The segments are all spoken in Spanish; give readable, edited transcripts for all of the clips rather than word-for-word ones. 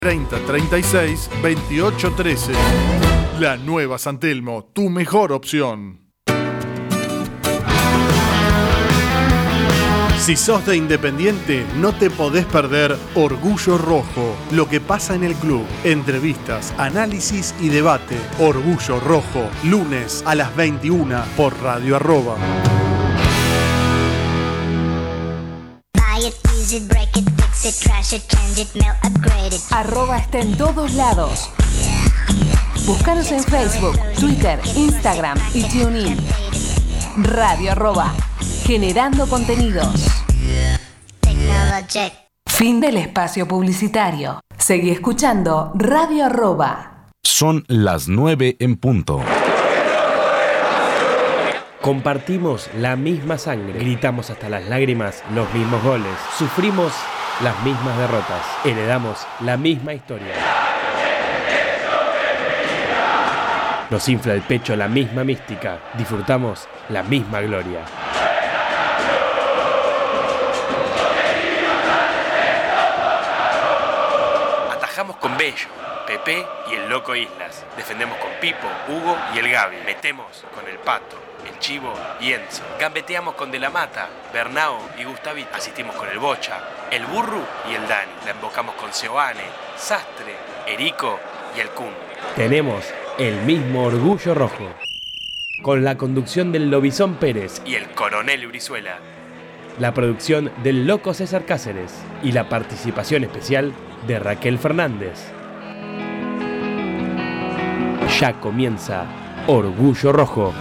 3036 2813. La Nueva San Telmo, tu mejor opción. Si sos de Independiente, no te podés perder Orgullo Rojo, lo que pasa en el club. Entrevistas, análisis y debate. Orgullo Rojo, lunes a las 21 por Radio Arroba. Arroba está en todos lados. Búscanos en Facebook, Twitter, Instagram y TuneIn. Radio Arroba, generando contenidos. Fin del espacio publicitario. Seguí escuchando Radio Arroba. Son las 9 en punto. Compartimos la misma sangre, gritamos hasta las lágrimas los mismos goles, sufrimos las mismas derrotas, heredamos la misma historia. Nos infla el pecho la misma mística, disfrutamos la misma gloria. Atajamos con Bello, Pepe y el Loco Islas. Defendemos con Pipo, Hugo y el Gaby. Metemos con el Pato, el Chivo y Enzo. Gambeteamos con De la Mata, Bernao y Gustavito. Asistimos con el Bocha, el Burru y el Dani. La embocamos con Seoane, Sastre, Erico y el Kun. Tenemos el mismo Orgullo Rojo. Con la conducción del Lobizón Pérez y el Coronel Brizuela. La producción del Loco César Cáceres y la participación especial de Raquel Fernández. Ya comienza Orgullo Rojo.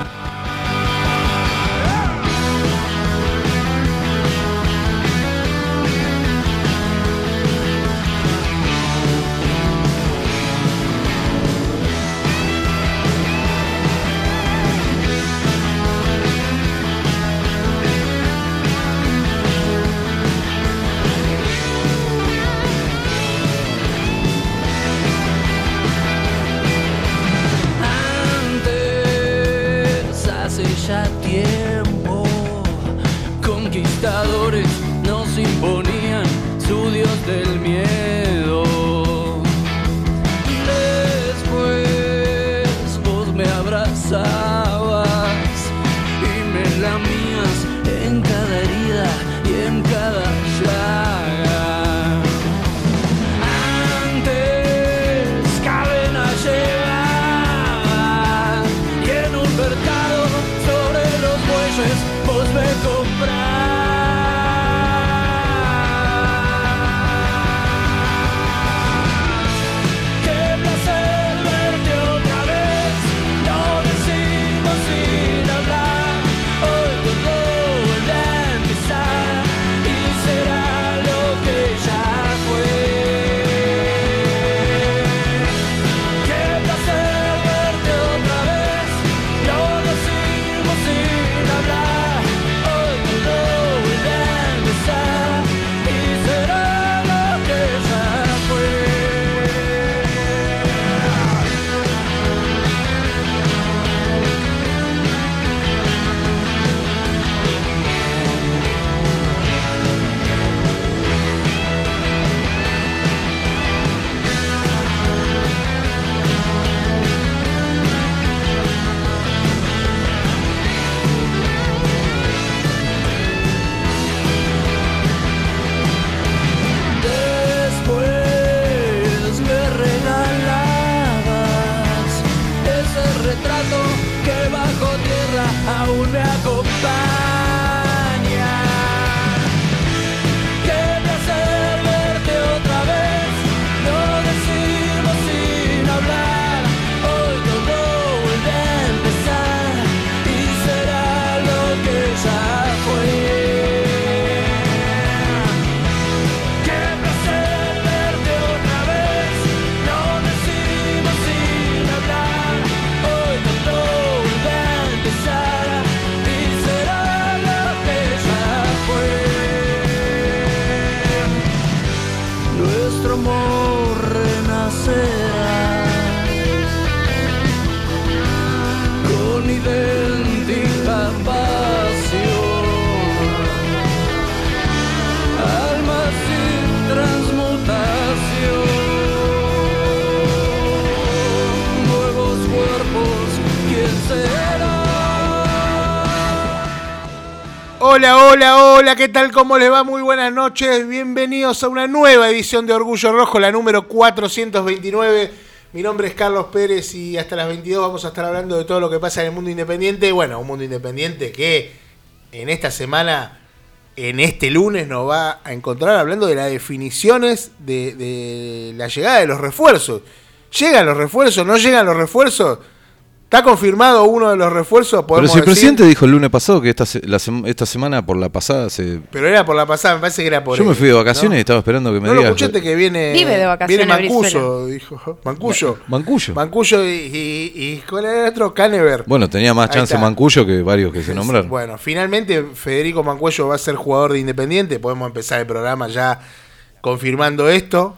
Hola, ¿qué tal? ¿Cómo les va? Muy buenas noches, bienvenidos a una nueva edición de Orgullo Rojo, la número 429. Mi nombre es Carlos Pérez y hasta las 22 vamos a estar hablando de todo lo que pasa en el mundo independiente. Bueno, un mundo independiente que en esta semana, en este lunes, nos va a encontrar hablando de las definiciones de la llegada de los refuerzos. ¿Llegan los refuerzos? ¿No llegan los refuerzos? ¿Está confirmado uno de los refuerzos? Pero si el presidente dijo el lunes pasado que esta semana por la pasada se... Pero era por la pasada, me parece que era por... Yo me fui de vacaciones, ¿no? Y estaba esperando que me digas... No lo escuchaste que viene... Vive de vacaciones. Viene Mancuso, dijo. Mancuso. Mancuso y ¿cuál era el otro? Canever. Bueno, tenía más chance Mancuso que varios que se nombraron. Bueno, finalmente Federico Mancuello va a ser jugador de Independiente. Podemos empezar el programa ya confirmando esto.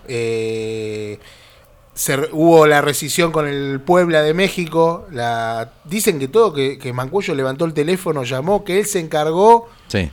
Hubo la rescisión con el Puebla de México. Dicen que Mancuello levantó el teléfono, llamó, que él se encargó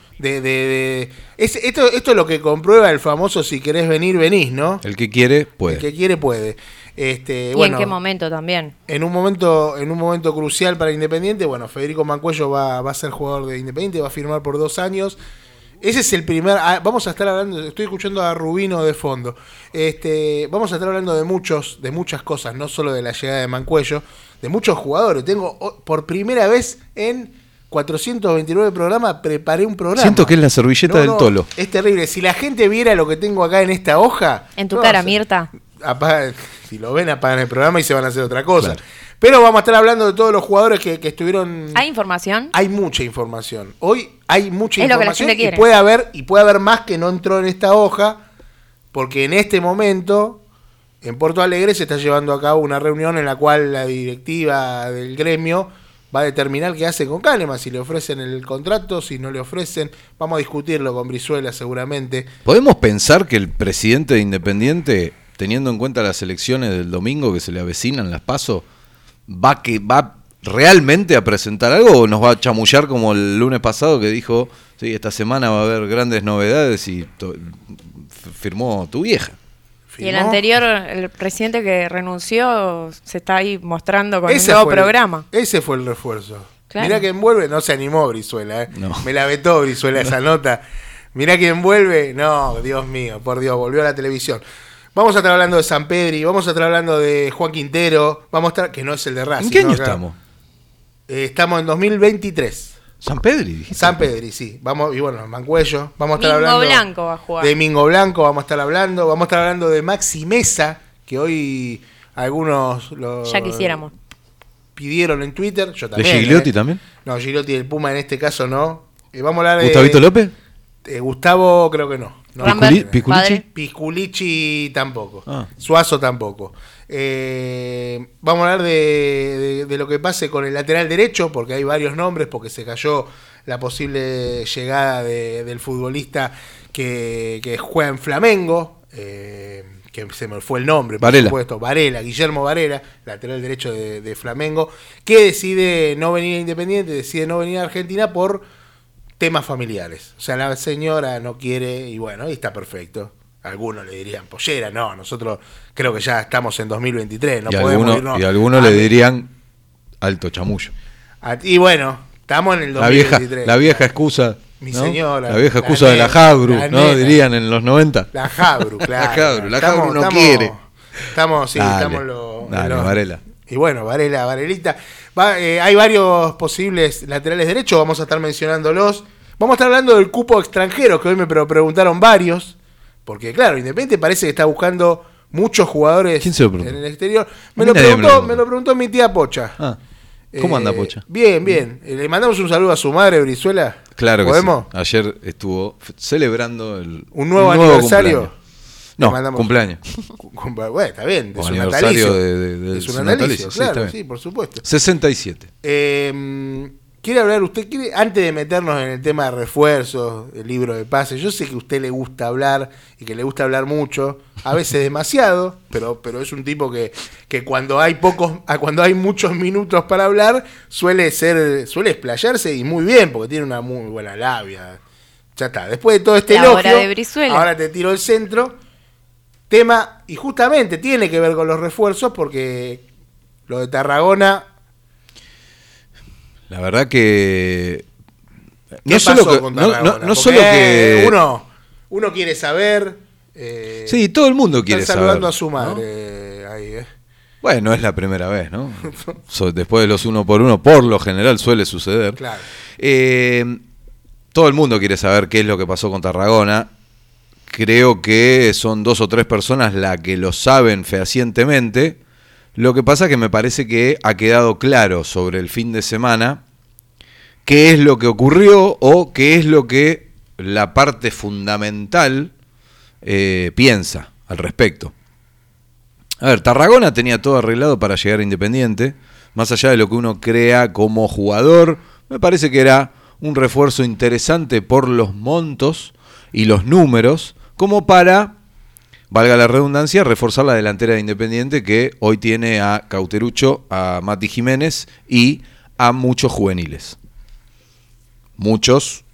de esto es lo que comprueba el famoso si querés venir, venís, ¿no? El que quiere, puede. El que quiere, puede. ¿Y bueno, en qué momento también? En un momento crucial para Independiente, bueno, Federico Mancuello va a ser jugador de Independiente, va a firmar por 2 años. Ese es el primer... vamos a estar hablando... Estoy escuchando a Rubino de fondo. Vamos a estar hablando de muchas cosas, no solo de la llegada de Mancuello, de muchos jugadores. Por primera vez en 429 programas, preparé un programa. Siento que es la servilleta del Tolo. Es terrible. Si la gente viera lo que tengo acá en esta hoja... En tu cara, Mirta. Si lo ven, apagan el programa y se van a hacer otra cosa. Claro. Pero vamos a estar hablando de todos los jugadores que estuvieron... ¿Hay información? Hay mucha información. Hoy hay mucha es información lo que la gente y puede haber más que no entró en esta hoja, porque en este momento en Porto Alegre se está llevando a cabo una reunión en la cual la directiva del gremio va a determinar qué hace con Kahneman, si le ofrecen el contrato, si no le ofrecen. Vamos a discutirlo con Brizuela seguramente. ¿Podemos pensar que el presidente de Independiente, teniendo en cuenta las elecciones del domingo que se le avecinan, las PASO, va realmente a presentar algo o nos va a chamullar como el lunes pasado que dijo, sí, esta semana va a haber grandes novedades y firmó tu vieja? Y el anterior, el presidente que renunció, se está ahí mostrando con un nuevo programa. Ese fue el refuerzo. Claro. Mirá que envuelve, no se animó Brizuela, No. Me la vetó Brizuela esa nota. Mirá que envuelve, no, Dios mío, por Dios, volvió a la televisión. Vamos a estar hablando de Sampedri, vamos a estar hablando de Juan Quintero, vamos a estar, que no es el de Racing. ¿En qué año estamos? Estamos en 2023. Sampedri. Sampedri, sí. Vamos, y bueno, Mancuello. Vamos a estar Mingo hablando Blanco va a jugar. de Mingo Blanco, vamos a estar hablando de Maxi Mesa, que hoy algunos ya quisiéramos. Pidieron en Twitter, yo también. ¿De Gigliotti también? No, Gigliotti del Puma en este caso no. Vamos a hablar de ¿Gustavito López? Gustavo creo que no. ¿Pisculichi? Pisculichi tampoco. Ah. Suazo tampoco. Vamos a hablar de lo que pase con el lateral derecho, porque hay varios nombres, porque se cayó la posible llegada del futbolista que juega en Flamengo, que se me fue el nombre, por supuesto, Guillermo Varela, lateral derecho de Flamengo, que decide no venir a Independiente, decide no venir a Argentina por temas familiares. O sea, la señora no quiere y bueno, ahí está perfecto. Algunos le dirían pollera, no, nosotros creo que ya estamos en 2023, no podemos irnos. Y algunos le dirían alto chamullo. Y bueno, estamos en el 2023. La vieja excusa. Mi ¿no? señora. La vieja excusa de la Jabru, ¿no? Dirían en los 90. La Jabru, claro. La Jabru no quiere. Estamos Varela. Y bueno, Varelita. Hay varios posibles laterales derechos, vamos a estar mencionándolos. Vamos a estar hablando del cupo extranjero, que hoy me preguntaron varios. Porque claro, Independiente parece que está buscando muchos jugadores en el exterior. Me lo preguntó mi tía Pocha. ¿Cómo anda Pocha? Bien. Le mandamos un saludo a su madre, Brizuela. Claro que ¿podemos? sí. Ayer estuvo celebrando un nuevo aniversario. Cumpleaños. Bueno, está bien, de su aniversario natalicio. De su natalicio, claro, sí, por supuesto. 67. ¿Quiere hablar usted? Antes de meternos en el tema de refuerzos, el libro de pases, yo sé que a usted le gusta hablar y que le gusta hablar mucho, a veces demasiado, pero es un tipo que cuando hay muchos minutos para hablar, suele explayarse y muy bien, porque tiene una muy buena labia. Ya está, después de todo este elogio, ahora te tiro el centro. Tema, y justamente tiene que ver con los refuerzos, porque lo de Tarragona... La verdad que ¿Qué pasó con Tarragona? No solo que uno quiere saber. Sí, todo el mundo quiere saber. Saludando a su madre, ¿no? Ahí, Bueno, no es la primera vez, ¿no? Después de los 1 por 1, por lo general suele suceder. Claro. Todo el mundo quiere saber qué es lo que pasó con Tarragona. Creo que son 2 o 3 personas las que lo saben fehacientemente. Lo que pasa es que me parece que ha quedado claro sobre el fin de semana qué es lo que ocurrió o qué es lo que la parte fundamental piensa al respecto. A ver, Tarragona tenía todo arreglado para llegar a Independiente, más allá de lo que uno crea como jugador. Me parece que era un refuerzo interesante por los montos y los números, como para, valga la redundancia, reforzar la delantera de Independiente, que hoy tiene a Cauterucho, a Mati Jiménez y a muchos juveniles. Muchos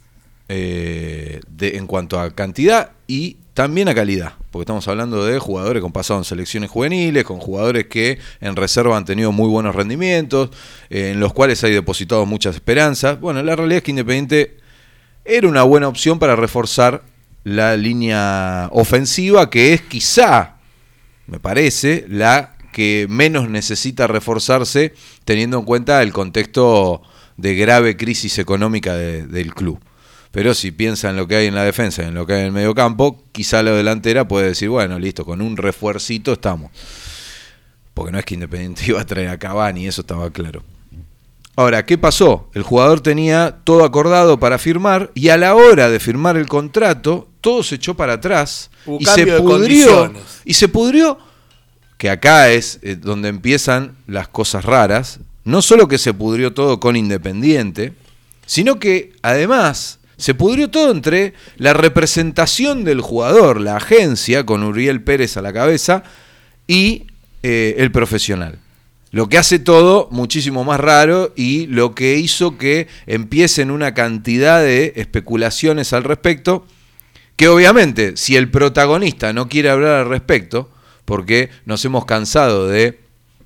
en cuanto a cantidad y también a calidad, porque estamos hablando de jugadores con pasado en selecciones juveniles, con jugadores que en reserva han tenido muy buenos rendimientos, en los cuales hay depositado muchas esperanzas. Bueno, la realidad es que Independiente era una buena opción para reforzar la línea ofensiva, que es quizá, me parece, la que menos necesita reforzarse, teniendo en cuenta el contexto de grave crisis económica del club. Pero si piensa en lo que hay en la defensa y en lo que hay en el medio campo, quizá la delantera puede decir, bueno, listo, con un refuercito estamos. Porque no es que Independiente iba a traer a Cavani, eso estaba claro. Ahora, ¿qué pasó? El jugador tenía todo acordado para firmar y a la hora de firmar el contrato, todo se echó para atrás y se pudrió. Y se pudrió, que acá es donde empiezan las cosas raras. No solo que se pudrió todo con Independiente, sino que además se pudrió todo entre la representación del jugador, la agencia, con Uriel Pérez a la cabeza, y el profesional. Lo que hace todo muchísimo más raro y lo que hizo que empiecen una cantidad de especulaciones al respecto, que obviamente, si el protagonista no quiere hablar al respecto, porque nos hemos cansado de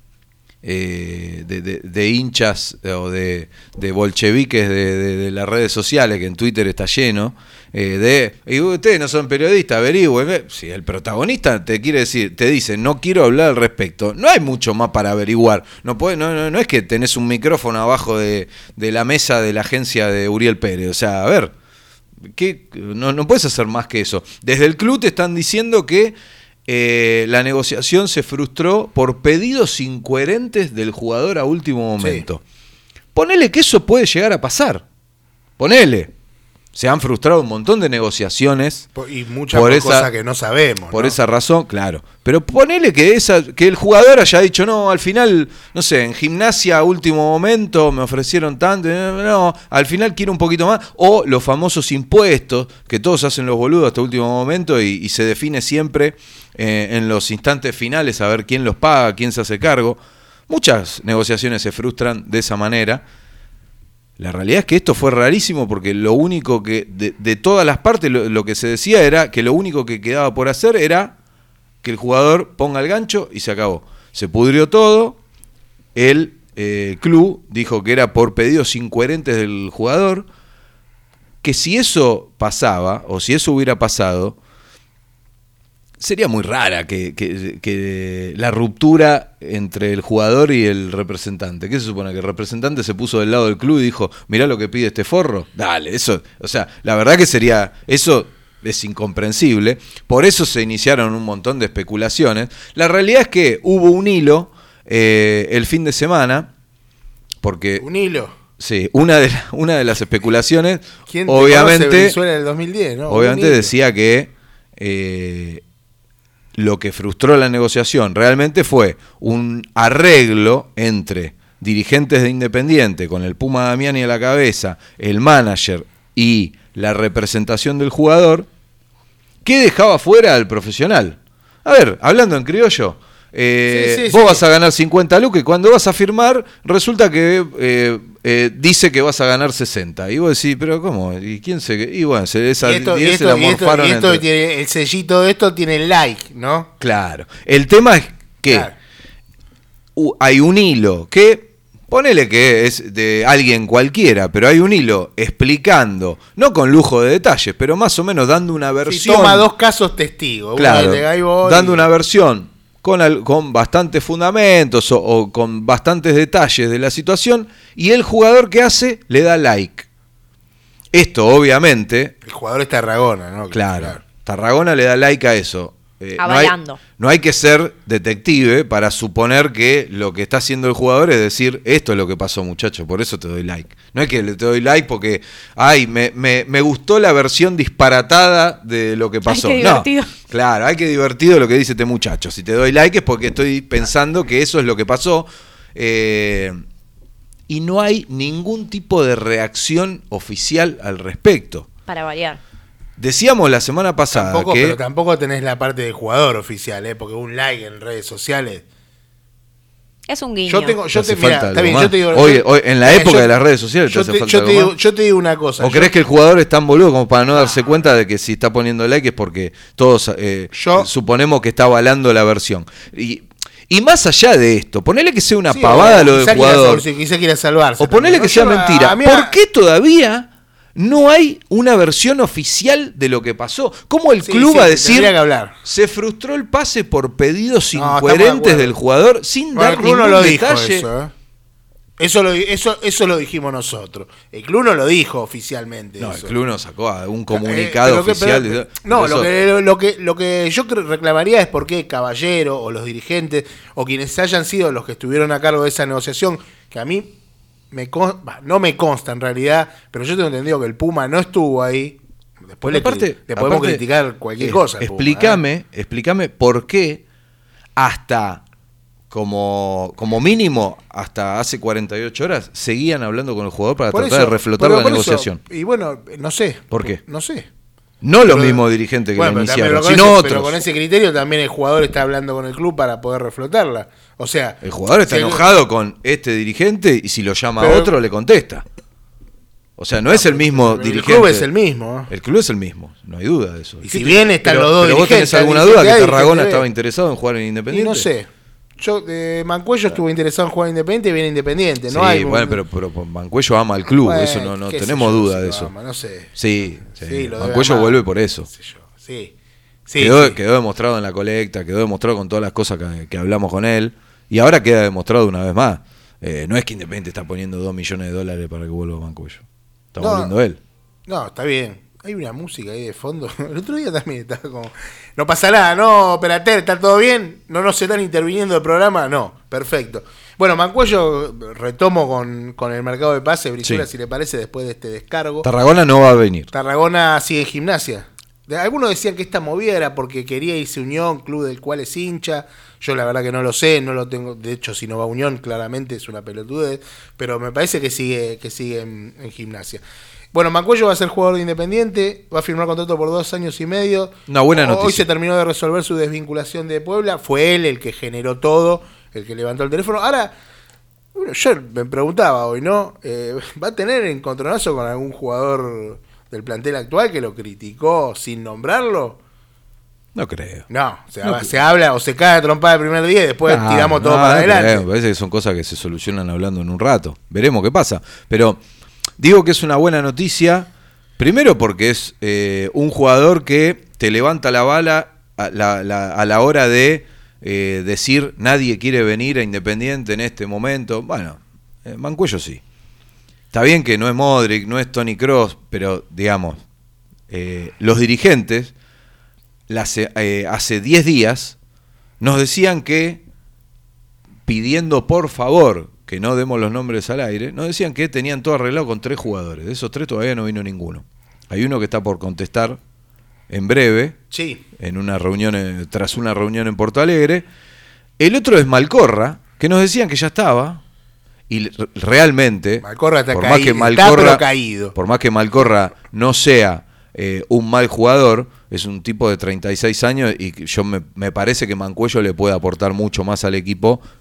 hinchas o de bolcheviques de las redes sociales, que en Twitter está lleno, y ustedes no son periodistas, averigüen. Si el protagonista te dice no quiero hablar al respecto, no hay mucho más para averiguar. No es que tenés un micrófono abajo de la mesa de la agencia de Uriel Pérez. O sea, a ver, no puedes hacer más que eso. Desde el club te están diciendo que la negociación se frustró por pedidos incoherentes del jugador a último momento. Sí. Ponele que eso puede llegar a pasar. Ponele. Se han frustrado un montón de negociaciones. Y muchas cosas que no sabemos. Por esa razón, claro. Pero ponele que el jugador haya dicho, no, al final, no sé, en Gimnasia a último momento me ofrecieron tanto, no, al final quiero un poquito más. O los famosos impuestos, que todos hacen los boludos hasta último momento y se define siempre en los instantes finales a ver quién los paga, quién se hace cargo. Muchas negociaciones se frustran de esa manera. La realidad es que esto fue rarísimo porque lo único que, de todas las partes, lo que se decía era que lo único que quedaba por hacer era que el jugador ponga el gancho y se acabó. Se pudrió todo, el club dijo que era por pedidos incoherentes del jugador, que si eso pasaba, o si eso hubiera pasado, sería muy rara que la ruptura entre el jugador y el representante. ¿Qué se supone? ¿Que el representante se puso del lado del club y dijo, mirá lo que pide este forro? Dale, eso, o sea, la verdad que eso es incomprensible. Por eso se iniciaron un montón de especulaciones. La realidad es que hubo un hilo el fin de semana, porque... ¿Un hilo? Sí, una de las especulaciones, ¿quién obviamente... Venezuela del 2010, ¿no? Obviamente decía que... lo que frustró la negociación realmente fue un arreglo entre dirigentes de Independiente, con el Puma Damiani a la cabeza, el manager y la representación del jugador, que dejaba fuera al profesional. A ver, hablando en criollo, vos vas a ganar 50 lucas y cuando vas a firmar resulta que dice que vas a ganar 60. Y vos decís, pero ¿cómo? ¿Y quién se...? Y bueno, se la morfaron. Y esto tiene, el sellito de esto tiene el like, ¿no? Claro. El tema es que hay un hilo que ponele que es de alguien cualquiera, pero hay un hilo explicando, no con lujo de detalles, pero más o menos dando una versión. Toma 2 casos testigos. Claro, uno de Gaibor dando una versión con bastantes fundamentos o con bastantes detalles de la situación, y el jugador que hace le da like. Esto, obviamente... El jugador es Tarragona, ¿no? Claro. Tarragona le da like a eso. Avalando. No hay que ser detective para suponer que lo que está haciendo el jugador es decir, esto es lo que pasó, muchacho, por eso te doy like. No es que te doy like porque, me gustó la versión disparatada de lo que pasó. Ay, qué divertido. No, claro, hay que divertido lo que dice este muchacho. Si te doy like es porque estoy pensando que eso es lo que pasó. Y no hay ningún tipo de reacción oficial al respecto. Para variar. Decíamos la semana pasada pero tampoco tenés la parte del jugador oficial, porque un like en redes sociales... Es un guiño. Yo te digo, hoy, en la época de las redes sociales te hace falta algo más. Yo te digo una cosa. ¿O crees que el jugador es tan boludo como para no darse cuenta de que si está poniendo like es porque todos suponemos que está avalando la versión? Y más allá de esto, ponele que sea una pavada lo del jugador. Si quiere salvarse. O ponele que sea mentira. ¿Por qué todavía no hay una versión oficial de lo que pasó? ¿Cómo el club va a decir se frustró el pase por pedidos incoherentes del jugador sin dar ningún detalle? Eso lo dijimos nosotros. El club no lo dijo oficialmente. No, el club no sacó un comunicado oficial. Lo que yo reclamaría es por qué Caballero o los dirigentes o quienes hayan sido los que estuvieron a cargo de esa negociación, que a mí no me consta en realidad, pero yo tengo entendido que el Puma no estuvo ahí. Después le podemos criticar cualquier cosa. Explícame por qué hasta como mínimo hasta hace 48 horas seguían hablando con el jugador para tratar de reflotar la negociación. Y bueno, no sé. ¿Por qué? No sé. No los mismos dirigentes que lo iniciaron, sino otros. Pero con ese criterio también el jugador está hablando con el club para poder reflotarla. O sea, el jugador está enojado con este dirigente y si lo llama a otro le contesta. O sea, no es el mismo dirigente. El club es el mismo. El club es el mismo, no hay duda de eso. Y si bien están los dos dirigentes. ¿Pero vos tenés alguna duda que Tarragona estaba interesado en jugar en Independiente? Y no sé. Mancuello estuvo interesado en jugar Independiente y viene Independiente. No hay pero Mancuello ama al club, eso no tenemos duda de eso. Ama, no sé. Sí, Mancuello vuelve por eso. Quedó demostrado en la colecta, quedó demostrado con todas las cosas que hablamos con él. Y ahora queda demostrado una vez más. No es que Independiente está poniendo $2 millones para que vuelva Mancuello. Está volviendo él. No, está bien. Hay una música ahí de fondo. El otro día también estaba como... No pasa nada, no, Perater, ¿está todo bien? ¿No nos están interviniendo el programa? No, perfecto. Bueno, Mancuello, retomo con el mercado de pase, Brizuela, si le parece, después de este descargo. Tarragona no va a venir. Tarragona sigue en Gimnasia. Algunos decían que esta movida era porque quería irse a Unión, club del cual es hincha. Yo la verdad que no lo sé, no lo tengo. De hecho, si no va a Unión, claramente es una pelotudez. Pero me parece que sigue en Gimnasia. Bueno, Mancuello va a ser jugador de Independiente, va a firmar contrato por 2 años y medio. Una buena noticia. Hoy se terminó de resolver su desvinculación de Puebla. Fue él el que generó todo, el que levantó el teléfono. Ahora, bueno, yo me preguntaba hoy, ¿no? ¿Va a tener encontronazo con algún jugador del plantel actual que lo criticó sin nombrarlo? No creo. No, se habla o se cae a trompada el primer día y después tiramos todo para adelante. Me parece que son cosas que se solucionan hablando en un rato. Veremos qué pasa. Pero... digo que es una buena noticia, primero porque es un jugador que te levanta la bala a la hora de decir nadie quiere venir a Independiente en este momento. Bueno, Mancuello sí. Está bien que no es Modric, no es Toni Kroos, pero digamos, los dirigentes hace 10 días nos decían que pidiendo por favor que no demos los nombres al aire, nos decían que tenían todo arreglado con 3 jugadores. De esos 3 todavía no vino ninguno. Hay uno que está por contestar en breve, en una reunión, tras una reunión en Porto Alegre. El otro es Malcorra, que nos decían que ya estaba, y realmente, Malcorra está por caído, más que Malcorra no sea un mal jugador, es un tipo de 36 años y yo me parece que Mancuello le puede aportar mucho más al equipo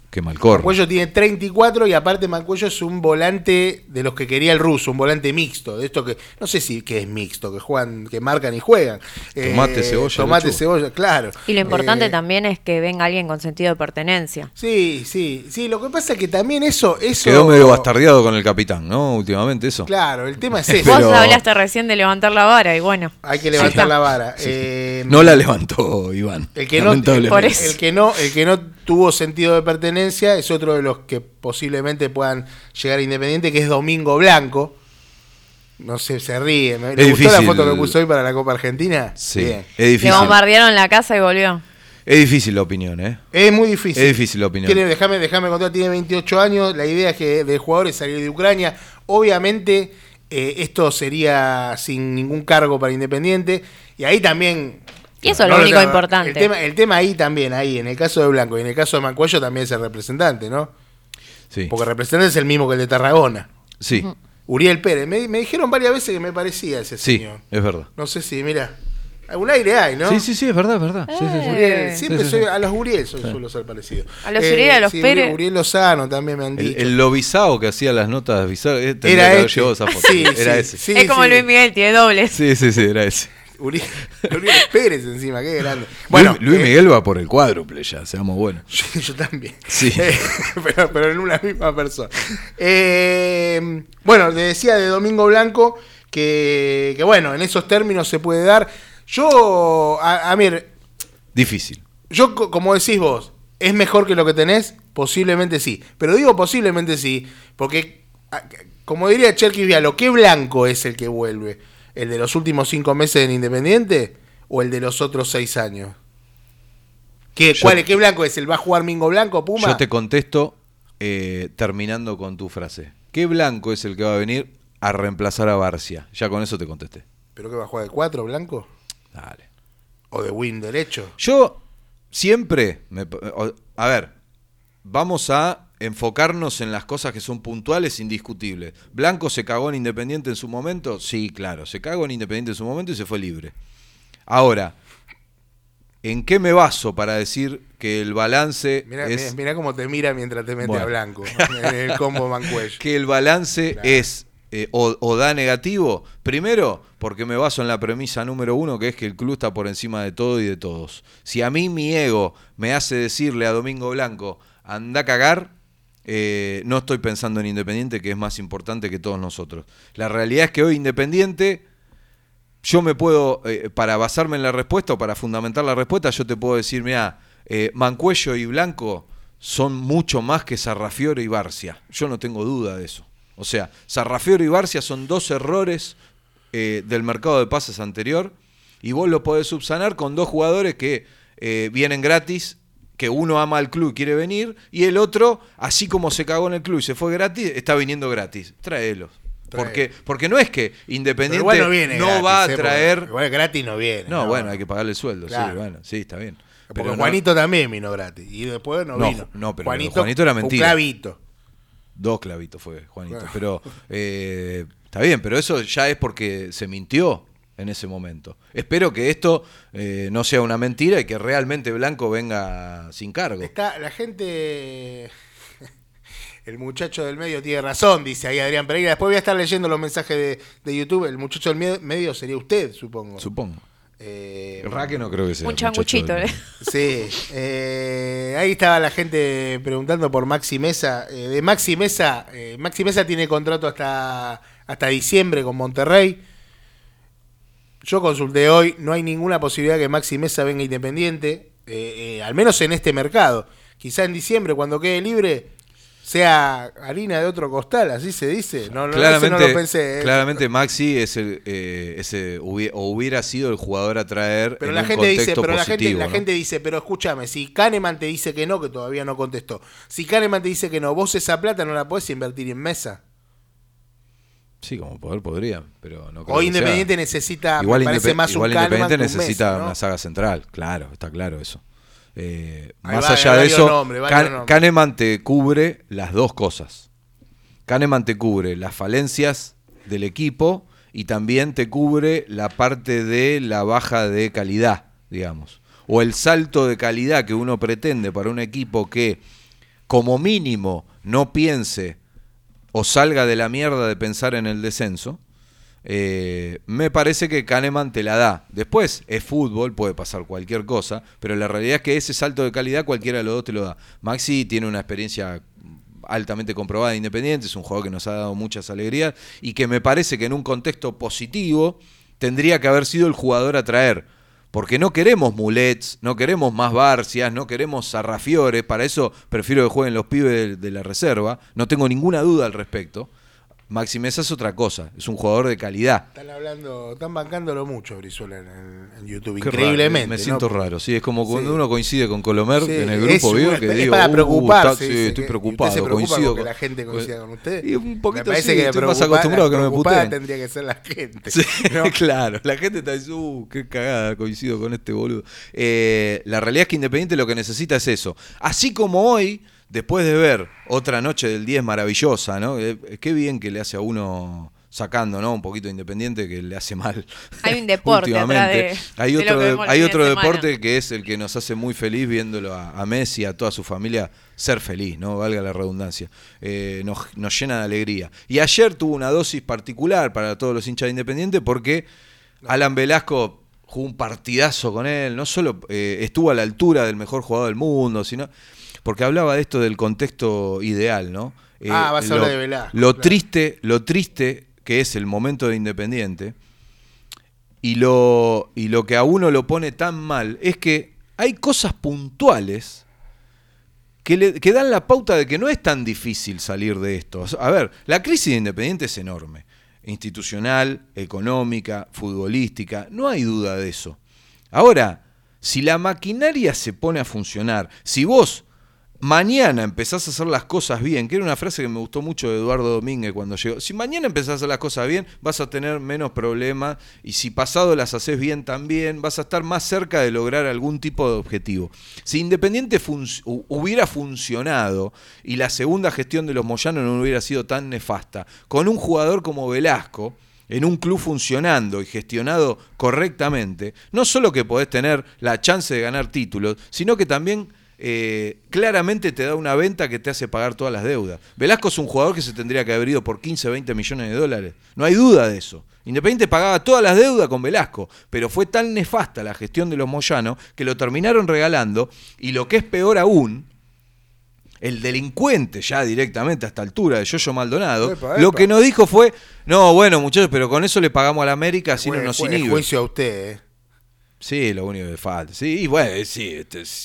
que Malcorra. Mancuello tiene 34 y aparte Mancuello es un volante de los que quería el ruso, un volante mixto, de esto que, no sé si que es mixto, que juegan, que marcan y juegan. Tomate, cebolla, Tomate, lechuga. cebolla, claro. Y lo importante también es que venga alguien con sentido de pertenencia. Sí, lo que pasa es que también eso... Quedó medio bastardeado con el capitán, ¿no? Últimamente eso. Claro, el tema es eso. Vos Pero- hablaste recién de levantar la vara y bueno. Hay que levantar Sí. la vara. No la levantó Iván. El que no, lamentablemente. Por eso. el que no tuvo sentido de pertenencia es otro de los que posiblemente puedan llegar a Independiente, que es Domingo Blanco. No sé, se ríe. ¿Le gustó la difícil. foto que puso hoy para la Copa Argentina? Sí, Bien. es Le difícil. bombardearon la casa y volvió. Es difícil la opinión, ¿eh? Es muy difícil. Es difícil la opinión. Déjame contar, tiene 28 años. La idea es que del jugador es salir de Ucrania. Obviamente, esto sería sin ningún cargo para Independiente. Y ahí también. Y eso es lo único importante. El tema ahí también, ahí, en el caso de Blanco y en el caso de Mancuello también es el representante, ¿no? Sí. Porque el representante es el mismo que el de Tarragona. Sí, Uriel Pérez. Me dijeron varias veces que me parecía ese sí, señor. es verdad. No sé si, mira. Algún aire hay, ¿no? Sí, es verdad, es verdad. Sí, sí, sí. Uriel, siempre Sí, sí, soy, sí. a los Uriel suelo ser parecido. A los Uriel, a los Pérez. Uriel Lozano también me han dicho. El lobizado que hacía las notas bizarras, tendría Era que haber este. llevado esa foto. Sí, Era sí, ese. sí, es como sí. Luis Miguel, tiene dobles. Sí, era ese. Uriel Pérez encima, qué grande. Bueno, Luis Miguel va por el cuádruple ya, seamos buenos. Yo también. Sí. Pero en una misma persona. Bueno, le decía de Domingo Blanco que bueno, en esos términos se puede dar. Yo, Amir, Difícil. como decís vos, ¿es mejor que lo que tenés? Posiblemente sí. Pero digo posiblemente sí, porque, como diría Cherkis Vialo, ¿qué Blanco es el que vuelve? ¿El de los últimos 5 meses en Independiente o el de los otros 6 años? ¿Qué Blanco es? ¿El va a jugar Mingo Blanco, Puma? Yo te contesto terminando con tu frase. ¿Qué Blanco es el que va a venir a reemplazar a Barcia? Ya con eso te contesté. ¿Pero qué va a jugar de 4, Blanco? Dale. ¿O de win derecho? Yo siempre, a ver, vamos a enfocarnos en las cosas que son puntuales, indiscutibles. ¿Blanco se cagó en Independiente en su momento? Sí, claro, se cagó en Independiente en su momento y se fue libre. Ahora, ¿en qué me baso para decir que el balance es... Mirá cómo te mira mientras te mete Bueno. a Blanco en el combo Mancuello. que el balance Claro. es o da negativo? Primero, porque me baso en la premisa número 1, que es que el club está por encima de todo y de todos. Si a mí mi ego me hace decirle a Domingo Blanco, anda a cagar, no estoy pensando en Independiente, que es más importante que todos nosotros. La realidad es que hoy Independiente, yo me puedo, para basarme en la respuesta o para fundamentar la respuesta, yo te puedo decir, mira, Mancuello y Blanco son mucho más que Sarrafiore y Barcia. Yo no tengo duda de eso. O sea, Sarrafiore y Barcia son 2 errores del mercado de pases anterior y vos lo podés subsanar con 2 jugadores que vienen gratis, que uno ama al club y quiere venir, y el otro, así como se cagó en el club y se fue gratis, está viniendo gratis. Tráelos. Porque no es que Independiente Igual no viene gratis, va a traer... Igual gratis no viene. No, bueno, hay que pagarle el sueldo, Claro. sí, bueno, sí, está bien. Porque Pero Juanito también vino gratis. Y después no vino. No, pero Juanito era mentira. Un clavito. 2 clavitos fue Juanito. Bueno. Pero está bien, pero eso ya es porque se mintió en ese momento. Espero que esto no sea una mentira y que realmente Blanco venga sin cargo. La gente... El muchacho del medio tiene razón, dice ahí Adrián Pereira. Después voy a estar leyendo los mensajes de YouTube. El muchacho del medio sería usted, supongo. Supongo. Raque no creo que sea. Un changuchito, Sí. Ahí estaba la gente preguntando por Maxi Mesa. De Maxi Mesa, Maxi Mesa tiene contrato hasta diciembre con Monterrey. Yo consulté hoy, no hay ninguna posibilidad que Maxi Mesa venga Independiente, al menos en este mercado. Quizá en diciembre, cuando quede libre, sea harina de otro costal, así se dice. Claramente, ese no lo pensé. claramente Maxi es hubiera sido el jugador a traer Pero en la un gente dice, contexto pero positivo, la ¿no? gente dice, pero escúchame, si Kahneman te dice que no, que todavía no contestó. Si Kahneman te dice que no, vos esa plata no la podés invertir en Mesa. Sí, como poder podría, pero no creo Hoy que sea. Independiente necesita, Igual me parece más un Kahneman Independiente que un necesita Mesa, ¿no? una saga central, claro, está claro eso. Más va, allá hay de varios eso, nombres, varios nombres. Kahneman te cubre las dos cosas. Kahneman te cubre las falencias del equipo y también te cubre la parte de la baja de calidad, digamos. O el salto de calidad que uno pretende para un equipo que como mínimo no piense o salga de la mierda de pensar en el descenso, me parece que Kahneman te la da. Después es fútbol, puede pasar cualquier cosa, pero la realidad es que ese salto de calidad cualquiera de los dos te lo da. Maxi tiene una experiencia altamente comprobada de Independiente, es un jugador que nos ha dado muchas alegrías y que me parece que en un contexto positivo tendría que haber sido el jugador a traer. Porque no queremos mulets, no queremos más Barcias, no queremos Sarrafiore, para eso prefiero que jueguen los pibes de la reserva, no tengo ninguna duda al respecto. Maxi Mesa es otra cosa, es un jugador de calidad. Están bancándolo mucho Brizuela en YouTube, Qué increíblemente. Raro, me siento raro, sí, es como cuando Sí. uno coincide con Colomer Sí, en el grupo, ¿vio? Que es digo, para preocuparse. sí, dice estoy que- preocupado, usted se preocupa coincido porque con la gente coincida con usted. Y un poquito me parece sí, que estoy más acostumbrado a que no me preocupada puteen. tendría que ser la gente. Sí, ¿no? claro, la gente está diciendo, qué cagada, coincido con este boludo. La realidad es que Independiente lo que necesita es eso. Así como hoy, después de ver otra noche del 10 maravillosa, ¿no? Qué bien que le hace a uno sacando, ¿no? Un poquito de Independiente que le hace mal. Hay un deporte atrás Hay de lo otro, que vemos el hay fin otro de semana. deporte que es el que nos hace muy feliz viéndolo a Messi, a toda su familia, ser feliz, ¿no? Valga la redundancia. Nos llena de alegría. Y ayer tuvo una dosis particular para todos los hinchas de Independiente porque Alan Velasco jugó un partidazo con él, no solo estuvo a la altura del mejor jugador del mundo, sino porque hablaba de esto del contexto ideal, ¿no? Vas a hablar de Velasco. Lo claro. triste que es el momento de Independiente y lo que a uno lo pone tan mal es que hay cosas puntuales que dan la pauta de que no es tan difícil salir de esto. A ver, la crisis de Independiente es enorme. Institucional, económica, futbolística, no hay duda de eso. Ahora, si la maquinaria se pone a funcionar, si vos mañana empezás a hacer las cosas bien, que era una frase que me gustó mucho de Eduardo Domínguez cuando llegó, si mañana empezás a hacer las cosas bien, vas a tener menos problemas, y si pasado las haces bien también, vas a estar más cerca de lograr algún tipo de objetivo. Si Independiente hubiera funcionado y la segunda gestión de los Moyano no hubiera sido tan nefasta, con un jugador como Velasco, en un club funcionando y gestionado correctamente, no solo que podés tener la chance de ganar títulos, sino que también claramente te da una venta que te hace pagar todas las deudas. Velasco es un jugador que se tendría que haber ido por 15, 20 millones de dólares. No hay duda de eso. Independiente pagaba todas las deudas con Velasco, pero fue tan nefasta la gestión de los Moyano que lo terminaron regalando, y lo que es peor aún, el delincuente ya directamente a esta altura de Yoyo Maldonado, lo que nos dijo fue, no, bueno muchachos, pero con eso le pagamos a la América, así no nos inhibe. Juicio a usted, Sí, lo único que falta. Sí, y bueno, sí,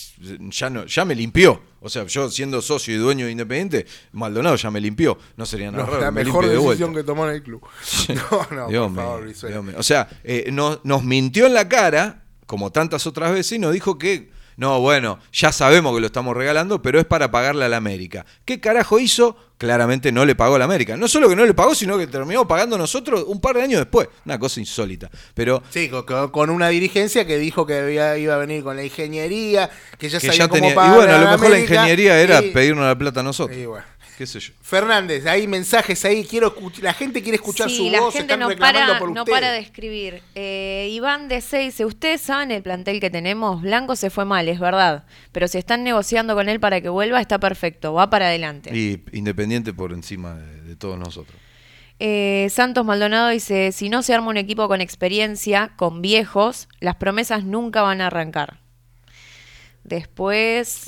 ya me limpió. O sea, yo siendo socio y dueño de Independiente, Maldonado ya me limpió. No sería nada raro. La me mejor limpie de decisión vuelta. que tomó en el club. No, Dios por mío, favor, Brizuela. Dios mío. O sea, nos mintió en la cara, como tantas otras veces, y nos dijo que, no, bueno, ya sabemos que lo estamos regalando, pero es para pagarle a la América. ¿Qué carajo hizo? Claramente no le pagó a la América. No solo que no le pagó, sino que terminó pagando nosotros un par de años después. Una cosa insólita. Pero sí, con una dirigencia que dijo que iba a venir con la ingeniería, que ya sabía cómo tenía. pagar. Y bueno, a lo mejor la América, ingeniería era pedirnos la plata a nosotros. Y bueno. ¿Qué sé yo? Fernández, hay mensajes ahí, la gente quiere escuchar su la voz, gente están no reclamando por no ustedes. para de escribir. Iván de 6 dice, ustedes saben el plantel que tenemos, Blanco se fue mal, es verdad, pero si están negociando con él para que vuelva, está perfecto, va para adelante. Y Independiente por encima de todos nosotros. Santos Maldonado dice, si no se arma un equipo con experiencia, con viejos, las promesas nunca van a arrancar. Después...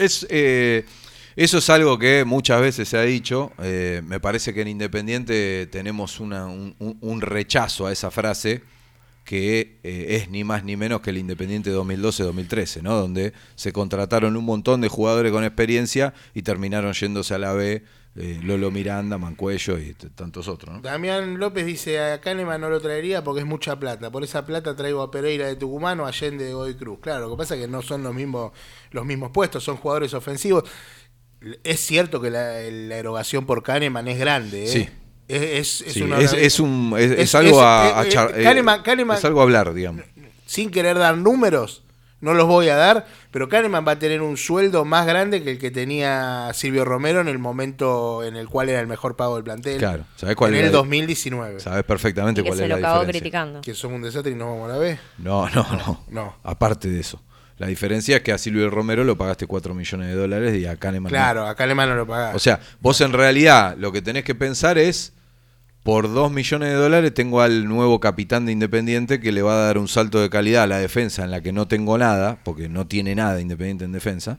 Eso es algo que muchas veces se ha dicho. Me parece que en Independiente tenemos un rechazo a esa frase, que es ni más ni menos que el Independiente 2012-2013, ¿no? Donde se contrataron un montón de jugadores con experiencia y terminaron yéndose a la B, Lolo Miranda, Mancuello y tantos otros, ¿no? Damián López dice, a Kahneman no lo traería porque es mucha plata. Por esa plata traigo a Pereira de Tucumán o a Allende de Godoy Cruz. Claro, lo que pasa es que no son los mismos puestos, son jugadores ofensivos. Es cierto que la erogación por Kahneman es grande, ¿eh? Sí. Es algo Kahneman, es algo a hablar, digamos. Sin querer dar números, no los voy a dar, pero Kahneman va a tener un sueldo más grande que el que tenía Silvio Romero en el momento en el cual era el mejor pago del plantel. Claro, ¿sabés cuál en era el 2019. Sabes perfectamente cuál es la se lo acabó diferencia. criticando. Que somos un desastre y nos vamos a la B. No. Aparte de eso. La diferencia es que a Silvio Romero lo pagaste $4 millones y a Kahneman Claro, a Kahneman no lo pagás. O sea, vos en realidad lo que tenés que pensar es, por $2 millones tengo al nuevo capitán de Independiente que le va a dar un salto de calidad a la defensa en la que no tengo nada, porque no tiene nada Independiente en defensa.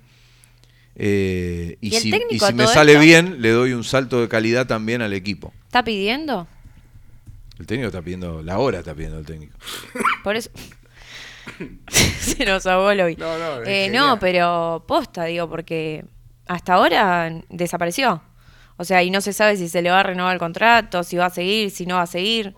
Y si me sale bien, le doy un salto de calidad también al equipo. ¿Está pidiendo? El técnico está pidiendo, la hora está pidiendo el técnico. Por eso... Se nos ahogó el hoy. No, pero posta, digo, porque hasta ahora desapareció. O sea, y no se sabe si se le va a renovar el contrato, si va a seguir, si no va a seguir.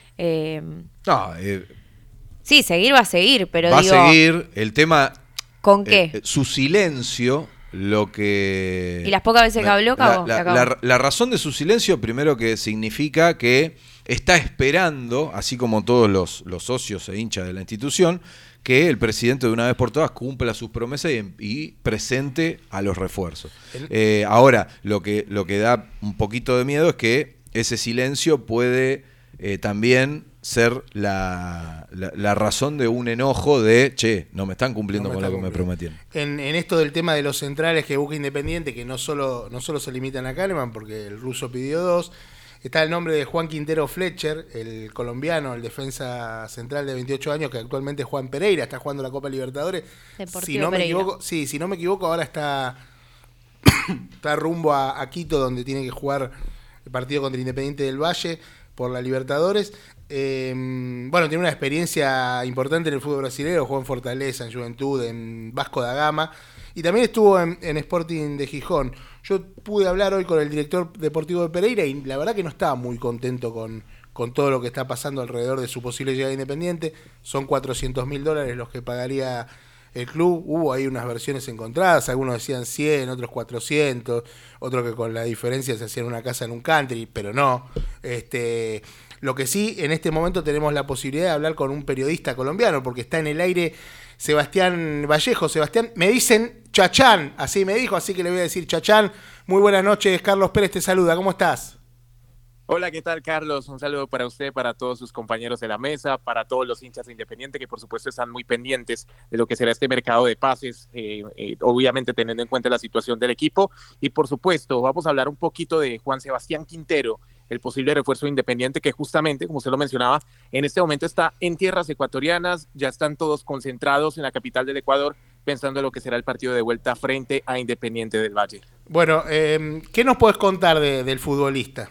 Sí, seguir va a seguir, pero va digo... Va a seguir, el tema... ¿Con qué? Su silencio, lo que... Y las pocas veces que habló, cagó. La razón de su silencio, primero que significa que está esperando, así como todos los socios e hinchas de la institución, que el presidente de una vez por todas cumpla sus promesas y presente a los refuerzos. Ahora, lo que da un poquito de miedo es que ese silencio puede también ser la razón de un enojo de, no me están cumpliendo con lo que me prometieron. En esto del tema de los centrales que busca Independiente, que no solo se limitan a Kahneman, porque el ruso pidió 2, está el nombre de Juan Quintero Fletcher, el colombiano, el defensa central de 28 años, que actualmente juega en Pereira, está jugando la Copa Libertadores. Si no me equivoco, ahora está rumbo a Quito, donde tiene que jugar el partido contra Independiente del Valle por la Libertadores. Tiene una experiencia importante en el fútbol brasileño, jugó en Fortaleza, en Juventud, en Vasco da Gama, y también estuvo en Sporting de Gijón. Yo pude hablar hoy con el director deportivo de Pereira y la verdad que no estaba muy contento con todo lo que está pasando alrededor de su posible llegada a Independiente. Son $400.000 los que pagaría el club. Hubo ahí unas versiones encontradas, algunos decían 100, otros 400, otros que con la diferencia se hacían una casa en un country, pero no. Lo que sí, en este momento tenemos la posibilidad de hablar con un periodista colombiano, porque está en el aire Sebastián Vallejo. Sebastián, me dicen Chachán, así me dijo, así que le voy a decir Chachán. Muy buenas noches, Carlos Pérez te saluda, ¿cómo estás? Hola, ¿qué tal, Carlos? Un saludo para usted, para todos sus compañeros de la mesa, para todos los hinchas de Independiente que por supuesto están muy pendientes de lo que será este mercado de pases, obviamente teniendo en cuenta la situación del equipo. Y por supuesto, vamos a hablar un poquito de Juan Sebastián Quintero, el posible refuerzo de Independiente, que justamente, como usted lo mencionaba, en este momento está en tierras ecuatorianas, ya están todos concentrados en la capital del Ecuador, pensando en lo que será el partido de vuelta frente a Independiente del Valle. Bueno, ¿qué nos puedes contar del futbolista?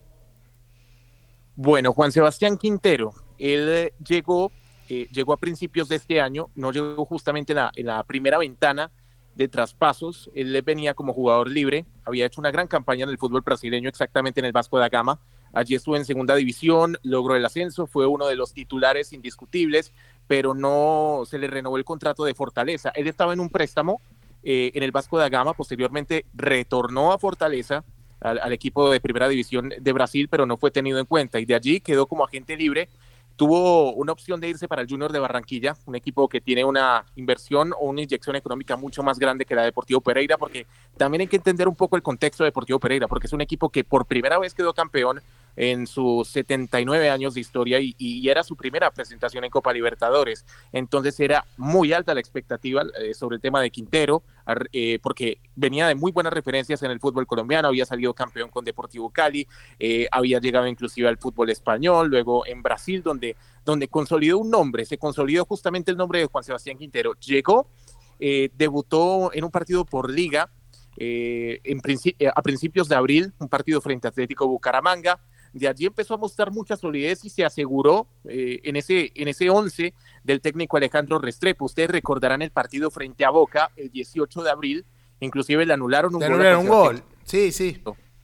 Bueno, Juan Sebastián Quintero, él llegó a principios de este año, no llegó justamente en la primera ventana de traspasos. Él venía como jugador libre, había hecho una gran campaña en el fútbol brasileño, exactamente en el Vasco da Gama. Allí estuvo en segunda división, logró el ascenso, fue uno de los titulares indiscutibles, pero no se le renovó el contrato de Fortaleza. Él estaba en un préstamo en el Vasco da Gama, posteriormente retornó a Fortaleza, al equipo de primera división de Brasil, pero no fue tenido en cuenta, y de allí quedó como agente libre. Tuvo una opción de irse para el Junior de Barranquilla, un equipo que tiene una inversión o una inyección económica mucho más grande que la de Deportivo Pereira, porque también hay que entender un poco el contexto de Deportivo Pereira, porque es un equipo que por primera vez quedó campeón en sus 79 años de historia y era su primera presentación en Copa Libertadores. Entonces era muy alta la expectativa sobre el tema de Quintero, porque venía de muy buenas referencias en el fútbol colombiano, había salido campeón con Deportivo Cali, había llegado inclusive al fútbol español, luego en Brasil, donde consolidó un nombre, se consolidó justamente el nombre de Juan Sebastián Quintero. Llegó, debutó en un partido por liga a principios de abril, un partido frente a Atlético Bucaramanga. De allí empezó a mostrar mucha solidez y se aseguró en ese 11 del técnico Alejandro Restrepo. Ustedes recordarán el partido frente a Boca el 18 de abril, inclusive le anularon un gol. Sí.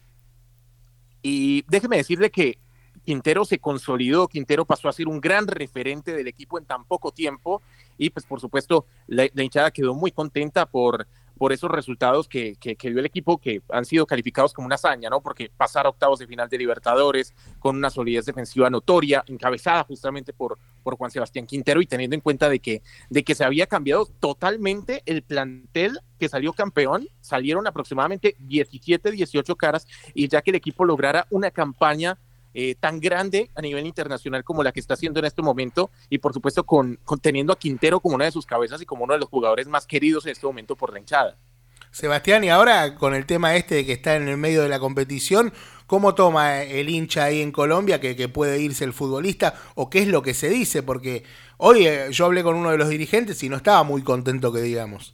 Y déjeme decirle que Quintero se consolidó, Quintero pasó a ser un gran referente del equipo en tan poco tiempo y pues por supuesto la hinchada quedó muy contenta por esos resultados que dio el equipo, que han sido calificados como una hazaña, ¿no? Porque pasar a octavos de final de Libertadores con una solidez defensiva notoria, encabezada justamente por Juan Sebastián Quintero, y teniendo en cuenta de que se había cambiado totalmente el plantel que salió campeón, salieron aproximadamente 17, 18 caras, y ya que el equipo lograra una campaña tan grande a nivel internacional como la que está haciendo en este momento, y por supuesto teniendo a Quintero como una de sus cabezas y como uno de los jugadores más queridos en este momento por la hinchada. Sebastián, y ahora con el tema de que está en el medio de la competición, ¿cómo toma el hincha ahí en Colombia que puede irse el futbolista? ¿O qué es lo que se dice? Porque hoy yo hablé con uno de los dirigentes y no estaba muy contento, que digamos.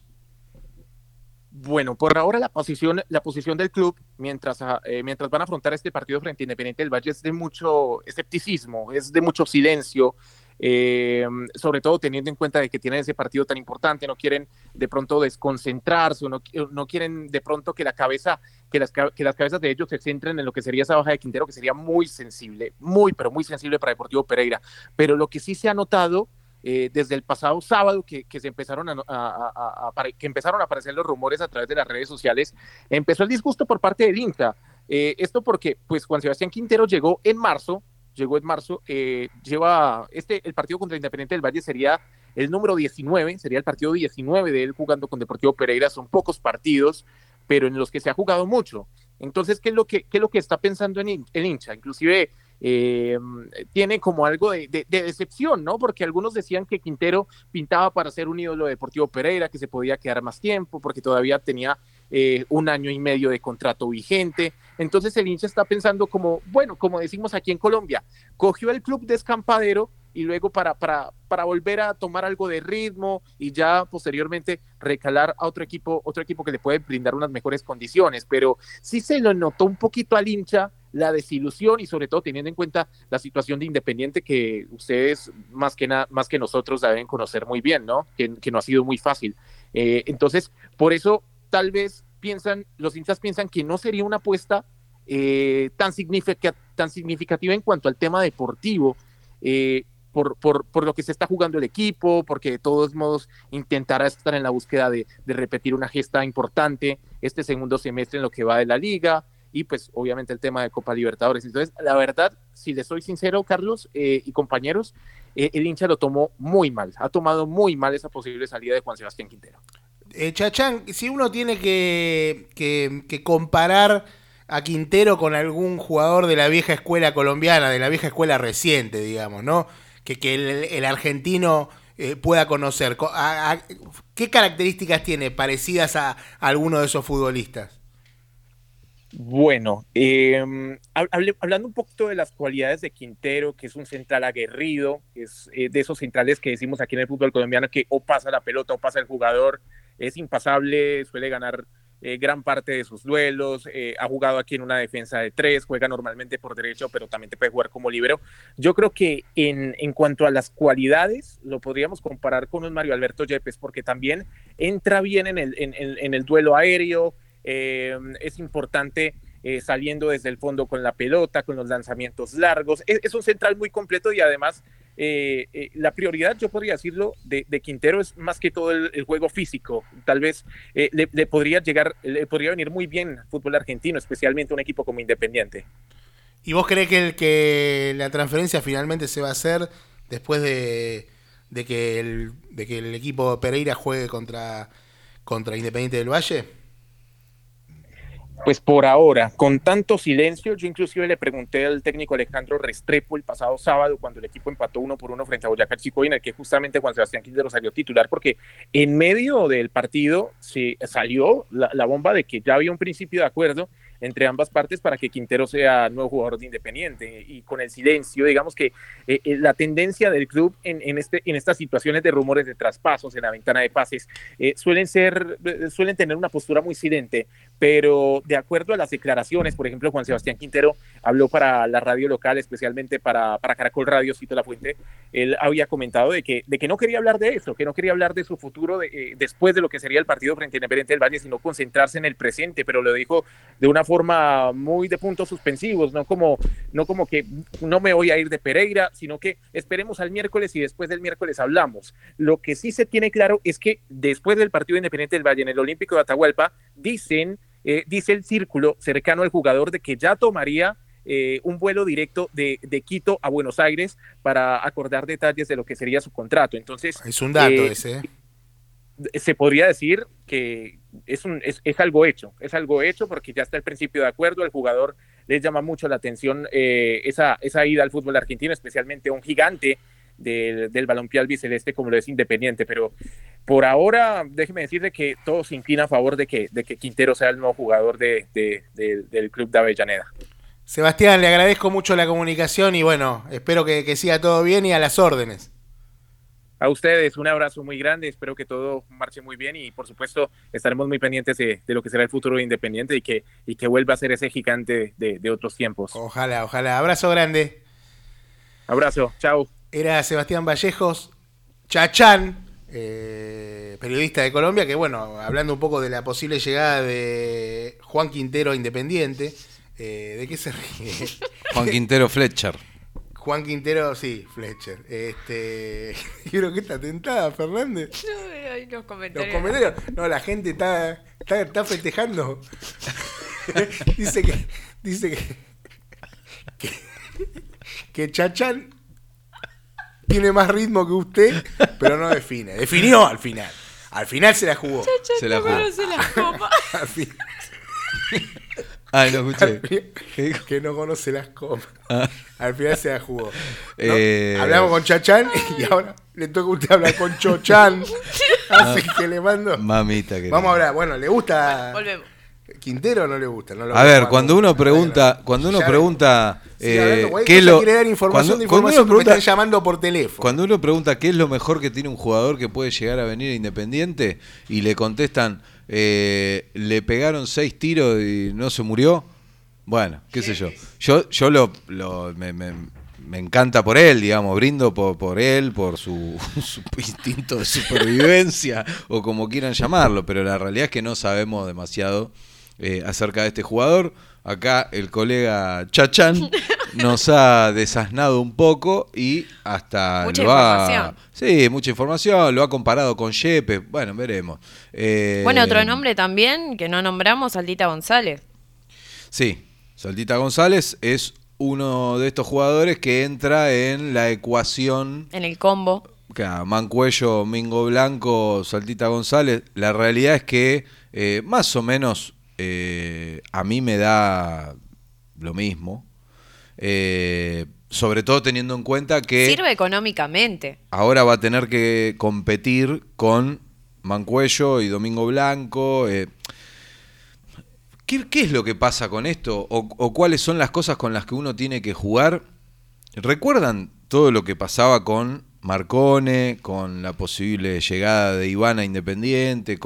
Bueno, por ahora la posición del club, mientras van a afrontar este partido frente a Independiente del Valle, es de mucho escepticismo, es de mucho silencio, sobre todo teniendo en cuenta de que tienen ese partido tan importante. No quieren de pronto desconcentrarse, no quieren de pronto que las cabezas de ellos se centren en lo que sería esa baja de Quintero, que sería muy sensible, pero muy sensible para Deportivo Pereira. Pero lo que sí se ha notado desde el pasado sábado que empezaron que empezaron a aparecer los rumores a través de las redes sociales, empezó el disgusto por parte del hincha. Esto porque pues Juan Sebastián Quintero llegó en marzo, el partido contra Independiente del Valle sería el número 19, sería el partido 19 de él jugando con Deportivo Pereira. Son pocos partidos, pero en los que se ha jugado mucho. Entonces, ¿qué es lo que está pensando el hincha? Inclusive tiene como algo de decepción, ¿no? Porque algunos decían que Quintero pintaba para ser un ídolo de Deportivo Pereira, que se podía quedar más tiempo porque todavía tenía 1 año y medio de contrato vigente. Entonces el hincha está pensando como decimos aquí en Colombia, cogió el club de escampadero y luego para volver a tomar algo de ritmo y ya posteriormente recalar a otro equipo que le puede brindar unas mejores condiciones. Pero sí se lo notó un poquito al hincha la desilusión, y sobre todo teniendo en cuenta la situación de Independiente, que ustedes más que nosotros la deben conocer muy bien, ¿no? Que no ha sido muy fácil. Entonces, por eso tal vez los hinchas piensan que no sería una apuesta tan significativa en cuanto al tema deportivo, por lo que se está jugando el equipo, porque de todos modos intentará estar en la búsqueda de repetir una gesta importante este segundo semestre en lo que va de la liga, y pues obviamente el tema de Copa Libertadores. Entonces, la verdad, si les soy sincero, Carlos y compañeros, el hincha lo tomó muy mal, ha tomado muy mal esa posible salida de Juan Sebastián Quintero. Chachán, si uno tiene que comparar a Quintero con algún jugador de la vieja escuela colombiana, de la vieja escuela reciente, digamos, ¿no? Que el argentino pueda conocer. ¿Qué características tiene parecidas a alguno de esos futbolistas? Bueno, hablando un poquito de las cualidades de Quintero, que es un central aguerrido, es de esos centrales que decimos aquí en el fútbol colombiano, que o pasa la pelota o pasa el jugador, es impasable, suele ganar gran parte de sus duelos, ha jugado aquí en una defensa de 3, juega normalmente por derecho, pero también te puede jugar como líbero. Yo creo que en cuanto a las cualidades, lo podríamos comparar con un Mario Alberto Yepes, porque también entra bien en el duelo aéreo, es importante saliendo desde el fondo con la pelota, con los lanzamientos largos. Es un central muy completo, y además la prioridad, yo podría decirlo, de Quintero es más que todo el juego físico. Tal vez le podría venir muy bien al fútbol argentino, especialmente un equipo como Independiente. ¿Y vos crees que la transferencia finalmente se va a hacer después de que el equipo Pereira juegue contra Independiente del Valle? Pues por ahora, con tanto silencio, yo inclusive le pregunté al técnico Alejandro Restrepo el pasado sábado, cuando el equipo empató 1-1 frente a Boyacá Chico, en el que justamente Juan Sebastián Quintero salió titular, porque en medio del partido se salió la bomba de que ya había un principio de acuerdo entre ambas partes para que Quintero sea nuevo jugador de Independiente, y con el silencio, digamos que la tendencia del club en estas situaciones de rumores de traspasos en la ventana de pases suelen tener una postura muy silente, pero de acuerdo a las declaraciones, por ejemplo, Juan Sebastián Quintero habló para la radio local, especialmente para Caracol Radio, cito la fuente. Él había comentado de que no quería hablar de eso, que no quería hablar de su futuro después de lo que sería el partido frente a Independiente del Valle, sino concentrarse en el presente, pero lo dijo de una forma muy de puntos suspensivos, no como que no me voy a ir de Pereira, sino que esperemos al miércoles y después del miércoles hablamos. Lo que sí se tiene claro es que después del partido de Independiente del Valle en el Olímpico de Atahualpa, dice el círculo cercano al jugador de que ya tomaría un vuelo directo de Quito a Buenos Aires para acordar detalles de lo que sería su contrato. Entonces, es un dato ese. se podría decir que es algo hecho porque ya está el principio de acuerdo, al jugador les llama mucho la atención esa ida al fútbol argentino, especialmente a un gigante del balompié albiceleste como lo es Independiente, pero por ahora déjeme decirle que todo se inclina a favor de que Quintero sea el nuevo jugador del club de Avellaneda. Sebastián, le agradezco mucho la comunicación y bueno, espero que siga todo bien y a las órdenes. A ustedes un abrazo muy grande, espero que todo marche muy bien y por supuesto estaremos muy pendientes de lo que será el futuro de Independiente y que vuelva a ser ese gigante de otros tiempos. Ojalá. Abrazo grande. Abrazo, chao. Era Sebastián Vallejos, Chachán, periodista de Colombia, que bueno, hablando un poco de la posible llegada de Juan Quintero a Independiente. ¿De qué se ríe? Juan Quintero Fletcher. Juan Quintero, sí, Fletcher. Creo que está tentada, Fernández. No, hay los comentarios. Los comentarios. No, la gente está festejando. dice que Chachán tiene más ritmo que usted, pero no define. Definió al final. Al final se la jugó. Chachán se la jugó. No se la copa. Al final. Ay, no escuché. Que no conoce las copas. Al final se la jugó. ¿No? Hablamos con Chachán y ahora le toca a usted hablar con Chochán. Así que le mando. Mamita. Vamos a hablar. Bueno, ¿le gusta Volvemos. Quintero o no le gusta? No lo a ver, cuando uno pregunta ¿qué es lo quiere dar información me están llamando por teléfono. Cuando uno pregunta qué es lo mejor que tiene un jugador que puede llegar a venir a Independiente y le contestan le pegaron 6 tiros y no se murió. Bueno, qué sé yo. Yo me encanta por él, digamos, brindo por él, por su instinto de supervivencia o como quieran llamarlo, pero la realidad es que no sabemos demasiado acerca de este jugador. Acá el colega Chachán nos ha desasnado un poco y hasta mucha información. Sí, mucha información, lo ha comparado con Yepes, bueno, veremos. Bueno, otro nombre también que no nombramos, Saltita González. Sí, Saltita González es uno de estos jugadores que entra en la ecuación. En el combo. Mancuello, Mingo Blanco, Saltita González. La realidad es que más o menos a mí me da lo mismo. Sobre todo teniendo en cuenta que sirve económicamente. Ahora va a tener que competir con Mancuello y Domingo Blanco. ¿Qué es lo que pasa con esto? ¿O cuáles son las cosas con las que uno tiene que jugar? ¿Recuerdan todo lo que pasaba con Marcone, con la posible llegada de Iván a Independiente,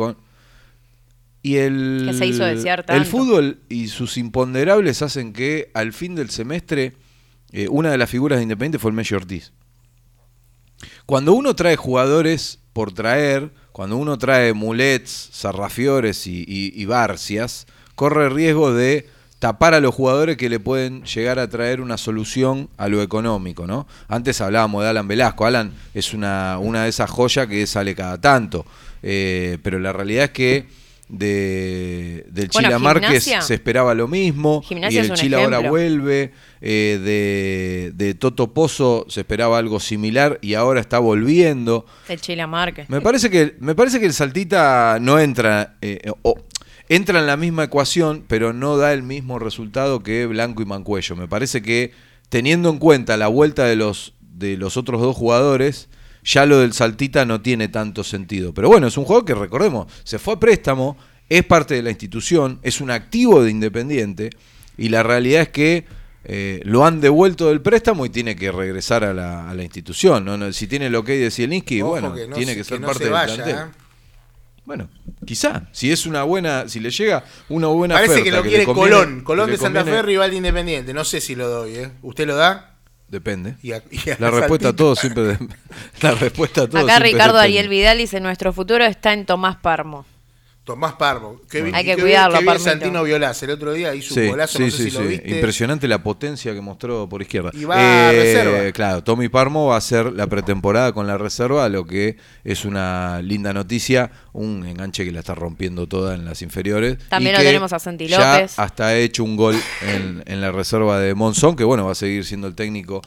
que se hizo desear tanto? El fútbol y sus imponderables hacen que al fin del semestre una de las figuras de Independiente fue el Messi Ortiz. Cuando uno trae jugadores por traer, cuando uno trae mulets, Sarrafiores y Barcias, corre el riesgo de tapar a los jugadores que le pueden llegar a traer una solución a lo económico, ¿no? Antes hablábamos de Alan Velasco. Alan es una de esas joyas que sale cada tanto, pero la realidad es que del Chila Márquez se esperaba lo mismo. Gimnasia y el Chila ahora vuelve. De Toto Pozo se esperaba algo similar y ahora está volviendo. El Chila Márquez. Me parece que el Saltita no entra entra en la misma ecuación, pero no da el mismo resultado que Blanco y Mancuello. Me parece que, teniendo en cuenta la vuelta de los otros dos jugadores, ya lo del Saltita no tiene tanto sentido. Pero bueno, es un jugador que, recordemos, se fue a préstamo, es parte de la institución, es un activo de Independiente, y la realidad es que lo han devuelto del préstamo y tiene que regresar a la institución. ¿No? Si tiene el ok de Zielinski, bueno, tiene que ser parte del plantel. Bueno, quizá, si le llega una buena parece oferta. Que lo quiere Colón de Santa Fe, rival de Independiente. No sé si lo doy, ¿Usted lo da? Depende. La respuesta a todo siempre. La respuesta a todo. Acá siempre Ricardo depende. Ariel Vidal dice: nuestro futuro está en Tomás Parmo. Tomás Parmo. Hay que cuidarlo, Parmo. Santino Violás. El otro día hizo un golazo, no sé si lo viste. Impresionante la potencia que mostró por izquierda. Y va a reserva. Claro, Tommy Parmo va a hacer la pretemporada con la reserva, lo que es una linda noticia. Un enganche que la está rompiendo toda en las inferiores. También lo tenemos a Santi López. Ya hasta ha hecho un gol en la reserva de Monzón, que bueno, va a seguir siendo el técnico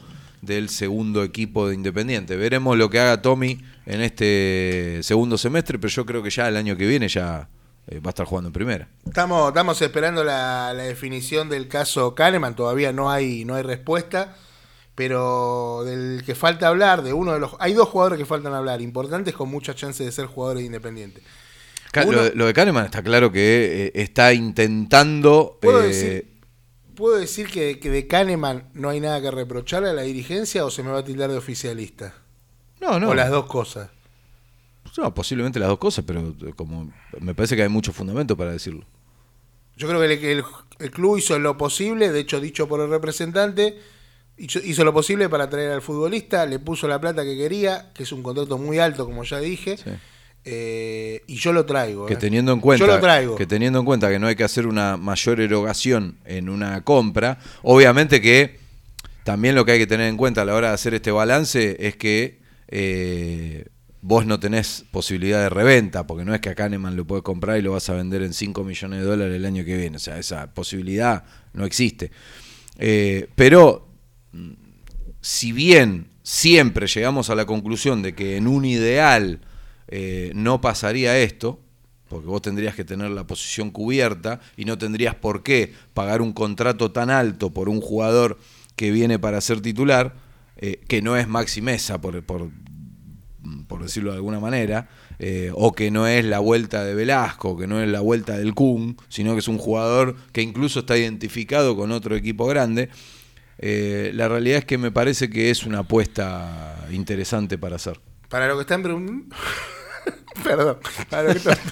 del segundo equipo de Independiente. Veremos lo que haga Tommy en este segundo semestre, pero yo creo que ya el año que viene ya va a estar jugando en primera. Estamos esperando la definición del caso Kahneman, todavía no hay respuesta, pero del que falta hablar, de uno de los... Hay dos jugadores que faltan hablar, importantes, con muchas chances de ser jugadores de Independiente. Lo de Kahneman está claro que está intentando... ¿Puedo decir que de Kahneman no hay nada que reprocharle a la dirigencia o se me va a tildar de oficialista? No. O las dos cosas. No, posiblemente las dos cosas, pero como me parece que hay mucho fundamento para decirlo. Yo creo que el club hizo lo posible, de hecho dicho por el representante, hizo lo posible para traer al futbolista, le puso la plata que quería, que es un contrato muy alto, como ya dije. Sí. Y yo lo traigo. Que teniendo en cuenta que no hay que hacer una mayor erogación en una compra, obviamente que también lo que hay que tener en cuenta a la hora de hacer este balance es que vos no tenés posibilidad de reventa, porque no es que a Kahneman lo podés comprar y lo vas a vender en $5 millones el año que viene. O sea, esa posibilidad no existe. Pero si bien siempre llegamos a la conclusión de que en un ideal no pasaría esto, porque vos tendrías que tener la posición cubierta y no tendrías por qué pagar un contrato tan alto por un jugador que viene para ser titular, que no es Maxi Meza, por decirlo de alguna manera, o que no es la vuelta de Velasco, que no es la vuelta del Kun, sino que es un jugador que incluso está identificado con otro equipo grande. La realidad es que me parece que es una apuesta interesante para hacer. Para lo que están preguntando... Perdón. Para lo que están...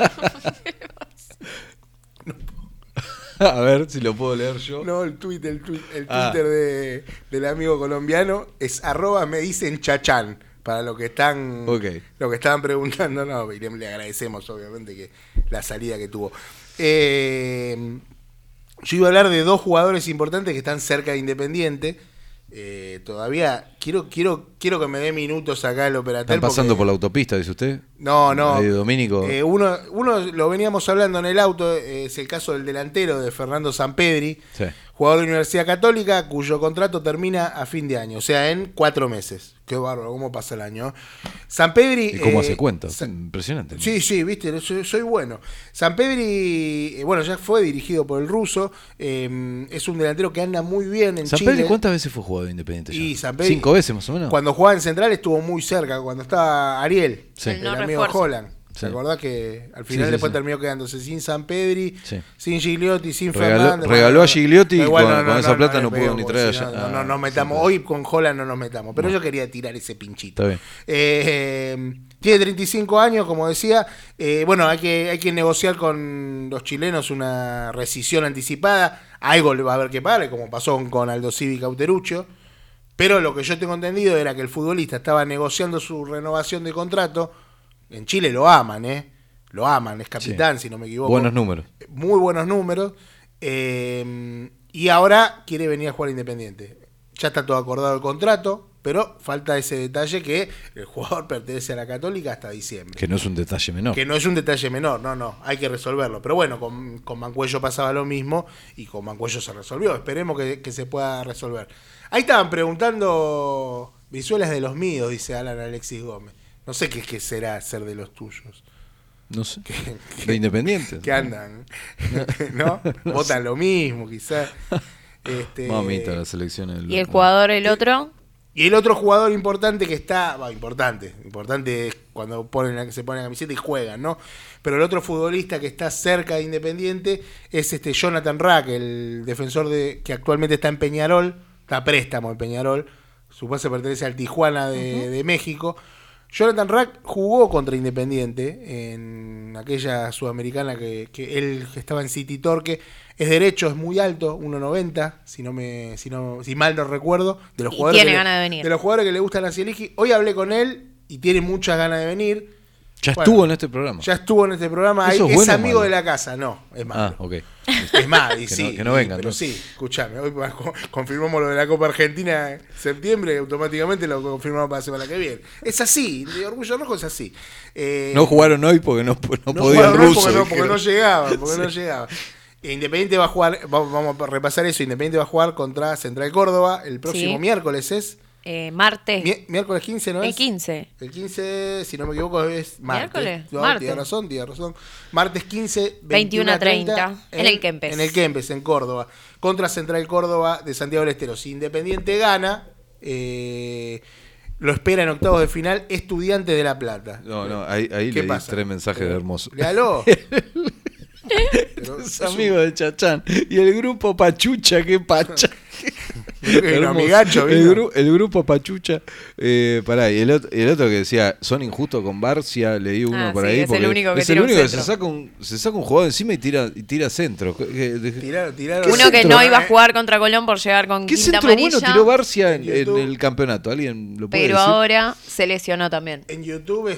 A ver si lo puedo leer yo. No, el Twitter del amigo colombiano es @me dicen chachán. Para lo que están preguntando, no, le agradecemos obviamente que la salida que tuvo. Yo iba a hablar de dos jugadores importantes que están cerca de Independiente. Todavía quiero que me dé minutos acá el Operatel. ¿Están pasando por la autopista, dice usted? No. Domínico. Uno lo veníamos hablando en el auto, es el caso del delantero de Fernando Sampedri, sí, jugador de Universidad Católica, cuyo contrato termina a fin de año, o sea, en 4 meses. Qué bárbaro, cómo pasa el año. Sampedri... ¿Y cómo hace cuenta? Impresionante, ¿no? Sí, viste, soy bueno. Sampedri, ya fue dirigido por el ruso, es un delantero que anda muy bien en Chile. ¿Sampedri cuántas veces fue jugador de Independiente? Y Sampedri, 5 veces más o menos. Cuando jugaba en Central estuvo muy cerca, cuando estaba Ariel, sí, el amigo Holland. ¿Te acordás que al final después terminó quedándose sin Sampedri, sin Gigliotti, sin Fernández? Regaló a Gigliotti y con esa plata no pudo ni traer allá. No nos metamos, hoy con Holland no nos metamos, pero yo quería tirar ese pinchito. Está bien. Tiene 35 años, como decía. Hay que negociar con los chilenos una rescisión anticipada. Algo le va a haber que pagar, como pasó con Aldo Civi y Cauteruccio. Pero lo que yo tengo entendido era que el futbolista estaba negociando su renovación de contrato. En Chile lo aman, Lo aman, es capitán, si no me equivoco. Buenos números. Muy buenos números. Y ahora quiere venir a jugar Independiente. Ya está todo acordado el contrato, pero falta ese detalle que el jugador pertenece a la Católica hasta diciembre. Que no es un detalle menor. No, hay que resolverlo. Pero bueno, con Mancuello pasaba lo mismo y con Mancuello se resolvió. Esperemos que se pueda resolver. Ahí estaban preguntando visuales de los míos, dice Alan Alexis Gómez. No sé qué será ser de los tuyos. No sé. De Independiente. Que andan. ¿No? Votan lo mismo, quizás. Mamita, las elecciones. ¿Y el jugador, el otro? Y el otro jugador importante que está. Importante es cuando se ponen la camiseta y juegan, ¿no? Pero el otro futbolista que está cerca de Independiente es Jonathan Rack, el defensor que actualmente está en Peñarol. Está a préstamo en Peñarol. Supuestamente pertenece al Tijuana de México. Jonathan Rack jugó contra Independiente en aquella sudamericana que él estaba en City Torque. Es derecho, es muy alto, 1.90, si mal no recuerdo. De los jugadores tiene ganas de venir. De los jugadores que le gustan a Cieligi. Hoy hablé con él y tiene muchas ganas de venir. Estuvo en este programa. Ya estuvo en este programa. ¿Eso es amigo de la casa. No, es malo. Ok. Es malo, y sí. Que no vengan. Pero sí, escuchame. Hoy confirmamos lo de la Copa Argentina en septiembre. Automáticamente lo confirmamos para la semana que viene. Es así. De Orgullo Rojo es así. No jugaron hoy porque no podían ruso. Porque no llegaban. Independiente va a jugar. Vamos a repasar eso. Independiente va a jugar contra Central Córdoba el próximo miércoles. Martes. Miércoles 15, ¿no es? El 15. El 15, si no me equivoco, es martes. ¿Miércoles? No, Martes. Tiene razón. Martes 15, 21:30 en el Kempes. En el Kempes, en Córdoba. Contra Central Córdoba de Santiago del Estero. Si Independiente gana, lo espera en octavos de final Estudiantes de La Plata. No, ahí le di 3 mensajes hermosos. Léalo. Es amigo de Chachán. Y el grupo Pachucha, qué pacha. El amigacho, el grupo Pachucha. Pará, y el otro que decía, son injustos con Barcia, leí uno por ahí. Es el único que, se saca un jugador encima y tira centro. Tiraron uno que no iba a jugar contra Colón por llegar con ¿Qué quinta centro amarilla? bueno tiró Barcia en el campeonato? ¿Alguien lo puede Pero decir? ahora se lesionó también. En YouTube,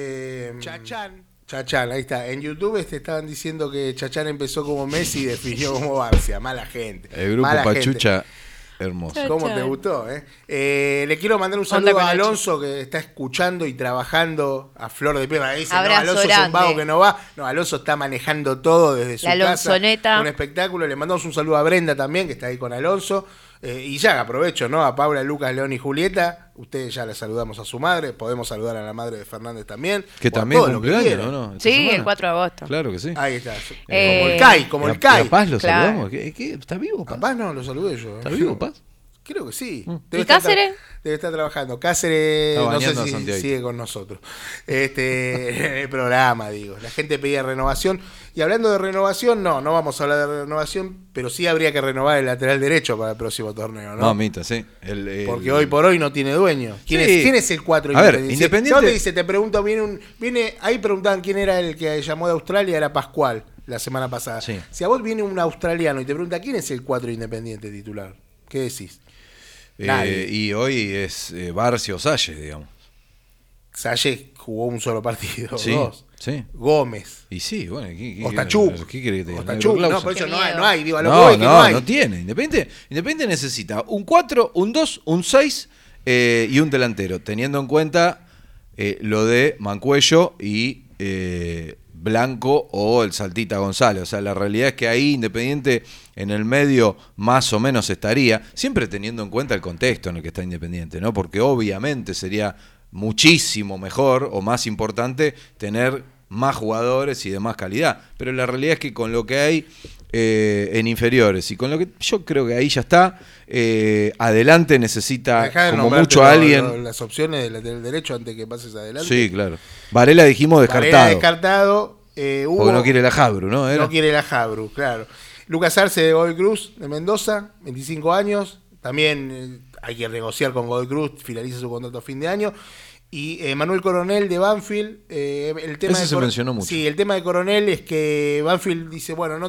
Chachán, ahí está. En YouTube estaban diciendo que Chachán empezó como Messi y definió como Barcia. Mala gente. El grupo Pachucha, hermoso. ¿Cómo te gustó? Le quiero mandar un saludo a Alonso, que está escuchando y trabajando a flor de piel. Dice, Alonso es un vago que no va. No, Alonso está manejando todo desde su casa. Un espectáculo. Le mandamos un saludo a Brenda también, que está ahí con Alonso. Y ya aprovecho, ¿no? A Paula, Lucas, León y Julieta. Ustedes ya le saludamos a su madre. Podemos saludar a la madre de Fernández también. Que también cumpleaños, ¿no? Sí, el 4 de agosto. Claro que sí. Ahí está. Como el CAI. ¿A Paz lo saludamos? ¿Está vivo, Paz? A Paz no, lo saludé yo. ¿Está vivo, Paz? Creo que sí. ¿Y Cáceres? Debe estar trabajando. Cáceres, no sé si Santiago. sigue con nosotros. En el programa, digo. La gente pedía renovación. Y hablando de renovación, no vamos a hablar de renovación, pero sí habría que renovar el lateral derecho para el próximo torneo, ¿no? Mamita, sí. Porque hoy por hoy no tiene dueño. ¿Quién es el 4 Independiente? Yo te dice, te pregunto, ahí preguntaban quién era el que llamó de Australia, era Pascual, la semana pasada. Sí. Si a vos viene un australiano y te pregunta quién es el 4 Independiente titular, ¿qué decís? Y hoy es Barcia o Salles, digamos. Salles jugó un solo partido, sí, 2. Sí. Gómez. Y sí, bueno, Ostachuk. ¿Qué querés que te diga? Ostachuk, no, por eso no hay. Digo, a lo que no tiene. Independiente necesita un 4, un 2, un 6 y un delantero, teniendo en cuenta lo de Mancuello y Blanco o el Saltita González. O sea, la realidad es que ahí Independiente en el medio más o menos estaría, siempre teniendo en cuenta el contexto en el que está Independiente, ¿no? Porque obviamente sería muchísimo mejor o más importante tener más jugadores y de más calidad. Pero la realidad es que con lo que hay en inferiores y con lo que yo creo que ahí ya está, adelante necesita como mucho a alguien. Las opciones del derecho antes que pases adelante. Sí, claro. Varela dijimos descartado. Porque no quiere la Jabru, ¿no? No quiere la Jabru, claro. Lucas Arce de Godoy Cruz, de Mendoza, 25 años. También hay que negociar con Godoy Cruz, finaliza su contrato a fin de año. Y Manuel Coronel de Banfield. El tema Ese se mencionó mucho. Sí, el tema de Coronel es que Banfield dice, bueno,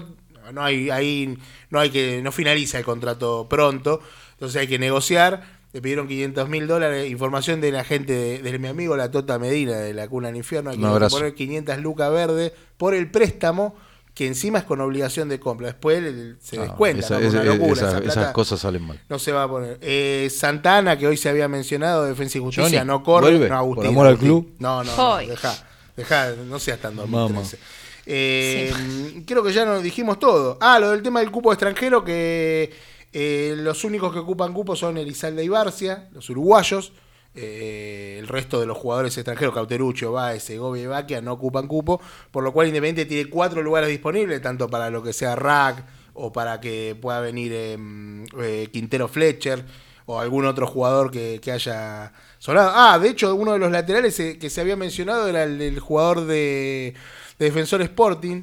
no finaliza el contrato pronto, entonces hay que negociar. Le pidieron $500.000, información de la gente de mi amigo la Tota Medina de la Cuna al Infierno. Hay que poner 500 lucas verdes por el préstamo, que encima es con obligación de compra. Después se descuenta, una locura. Esas cosas salen mal. No se va a poner. Santana, que hoy se había mencionado, Defensa y Justicia, no corre. ¿Vuelve? No, Agustín, ¿Por amor al club? No, dejá, no seas tan 2013. Creo que ya nos dijimos todo. Lo del tema del cupo extranjero, que los únicos que ocupan cupo son Elizalde y Barcia, los uruguayos. El resto de los jugadores extranjeros, Cauteruccio, Báez, Segovia y Baquia, no ocupan cupo, por lo cual Independiente tiene 4 lugares disponibles, tanto para lo que sea Rack o para que pueda venir Quintero Fletcher o algún otro jugador que haya sonado. De hecho, uno de los laterales que se había mencionado era el jugador de Defensor Sporting,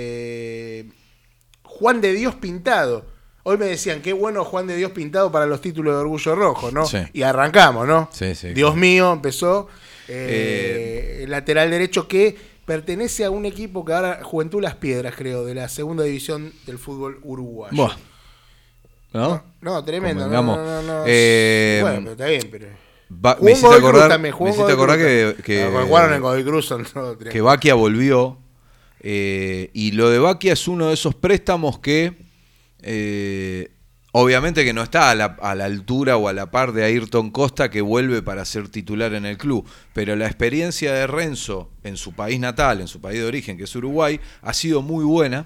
Juan de Dios Pintado. Hoy me decían, qué bueno Juan de Dios Pintado para los títulos de Orgullo Rojo, ¿no? Sí. Y arrancamos, ¿no? Sí, Dios mío, empezó. El lateral derecho que pertenece a un equipo que ahora, Juventud Las Piedras, creo, de la segunda división del fútbol uruguayo. Buah. ¿No? No, tremendo. No. Bueno, pero está bien, pero... Me hiciste acordar que jugaron en Godoy Cruz. Que Baquia volvió. Y lo de Baquia es uno de esos préstamos que... obviamente que no está a la altura o a la par de Ayrton Costa, que vuelve para ser titular en el club, pero la experiencia de Renzo en su país natal, en su país de origen, que es Uruguay, ha sido muy buena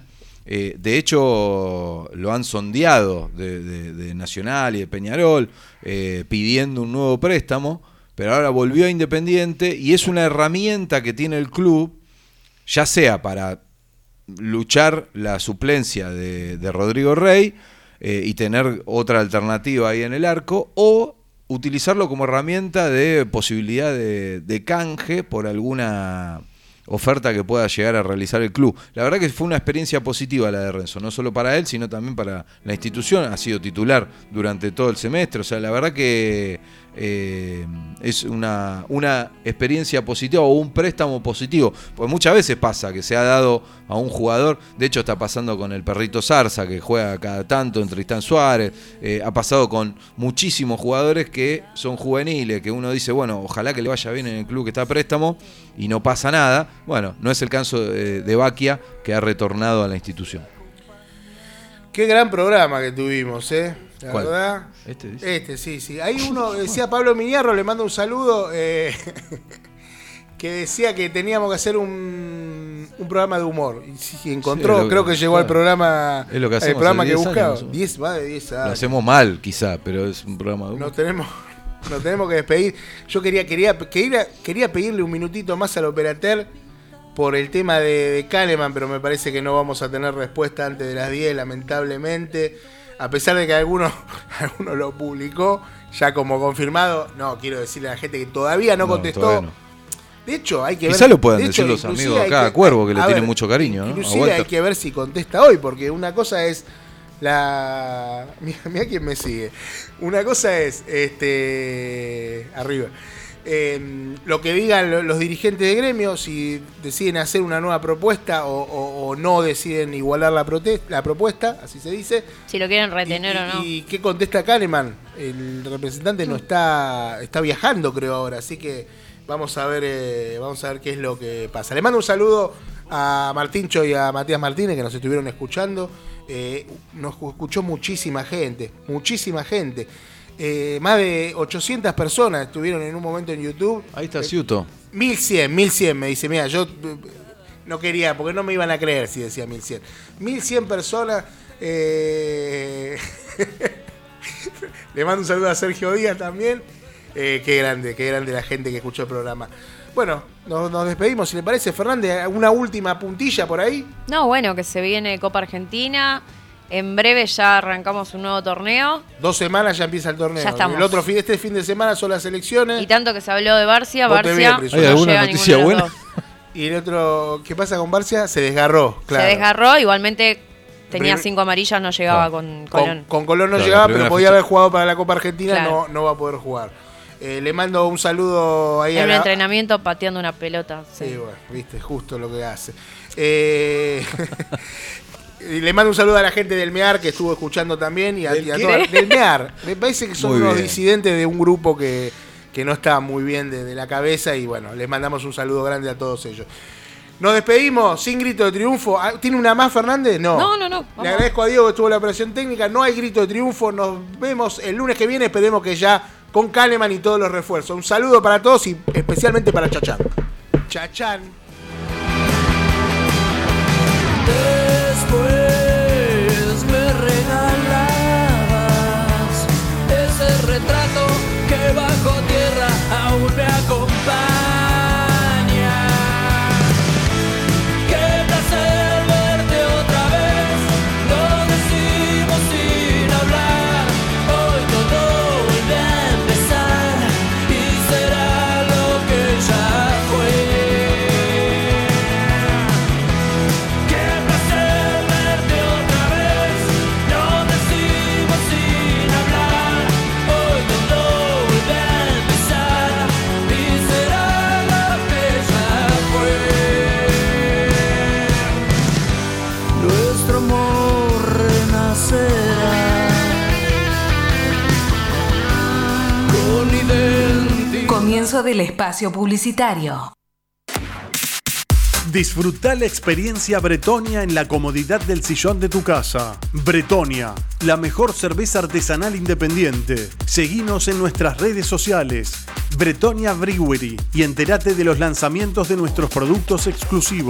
De hecho, lo han sondeado de Nacional y de Peñarol, pidiendo un nuevo préstamo, pero ahora volvió a Independiente y es una herramienta que tiene el club, ya sea para luchar la suplencia de Rodrigo Rey y tener otra alternativa ahí en el arco, o utilizarlo como herramienta de posibilidad de canje por alguna oferta que pueda llegar a realizar el club. La verdad que fue una experiencia positiva la de Renzo, no solo para él, sino también para la institución. Ha sido titular durante todo el semestre, o sea, la verdad que es una experiencia positiva o un préstamo positivo, porque muchas veces pasa que se ha dado a un jugador, de hecho está pasando con el Perrito Zarza, que juega cada tanto en Tristán Suárez, ha pasado con muchísimos jugadores que son juveniles, que uno dice, bueno, ojalá que le vaya bien en el club que está a préstamo, y no pasa nada. Bueno, no es el caso de Baquia, que ha retornado a la institución. Qué gran programa que tuvimos, la ¿Cuál? verdad. Este, sí. Hay uno, decía Pablo Miñarro, le mando un saludo, que decía que teníamos que hacer un programa de humor. Y si encontró, sí, creo que llegó al programa, es lo que hacemos, el programa que buscaba. Años, 10 años. Lo hacemos mal, quizá, pero es un programa de humor. Nos tenemos que despedir. Yo quería pedirle un minutito más al operateur por el tema de Kahneman, pero me parece que no vamos a tener respuesta antes de las 10, lamentablemente. A pesar de que alguno lo publicó ya como confirmado. No, quiero decirle a la gente que todavía no contestó. Todavía no. De hecho, hay que ver. Quizá lo puedan decir los amigos acá, Cuervo, que le tienen mucho cariño, ¿no? Inclusive hay que ver si contesta hoy, porque una cosa es Mira quién me sigue. Una cosa es arriba. Lo que digan los dirigentes de gremio, si deciden hacer una nueva propuesta o no deciden igualar la propuesta, así se dice. Si lo quieren retener o no. ¿Y qué contesta Kahneman? El representante no está viajando, creo, ahora, así que vamos a ver qué es lo que pasa. Le mando un saludo a Martincho y a Matías Martínez, que nos estuvieron escuchando. Nos escuchó muchísima gente. Más de 800 personas estuvieron en un momento en YouTube. Ahí está Ciuto. 1100 me dice. Mira, yo no quería, porque no me iban a creer si decía 1100. 1100 personas. Le mando un saludo a Sergio Díaz también. Qué grande la gente que escuchó el programa. Bueno, nos despedimos, si le parece. Fernández, ¿una última puntilla por ahí? No, bueno, que se viene Copa Argentina. En breve ya arrancamos un nuevo torneo. 2 semanas ya empieza el torneo. Ya estamos. Este fin de semana son las elecciones. Y tanto que se habló de Barcia. ¿Hay alguna noticia buena? Y el otro, ¿qué pasa con Barcia? Se desgarró, claro. Se desgarró, igualmente tenía 5 amarillas, no llegaba con Colón. Con Colón no llegaba, pero podía haber jugado para la Copa Argentina, claro. No va a poder jugar. Le mando un saludo ahí en un entrenamiento pateando una pelota. Sí, bueno, viste, justo lo que hace. Le mando un saludo a la gente del MEAR que estuvo escuchando también y a toda, del MEAR. Me parece que son unos disidentes de un grupo que no está muy bien de la cabeza y bueno, les mandamos un saludo grande a todos ellos. Nos despedimos sin grito de triunfo. ¿Tiene una más, Fernández? No. No. Le agradezco a Diego que estuvo en la operación técnica. No hay grito de triunfo. Nos vemos el lunes que viene. Esperemos que ya con Kahneman y todos los refuerzos. Un saludo para todos y especialmente para Chachán. Chachán. Después me regalabas ese retrato que bajo tierra aún me acompaña. Qué placer verte otra vez, lo decimos sin hablar. Hoy todo vuelve a empezar y será lo que ya fue. Comienzo del espacio publicitario. Disfruta la experiencia Bretonia en la comodidad del sillón de tu casa. Bretonia, la mejor cerveza artesanal independiente. Seguinos en nuestras redes sociales, Bretonia Brewery, y entérate de los lanzamientos de nuestros productos exclusivos.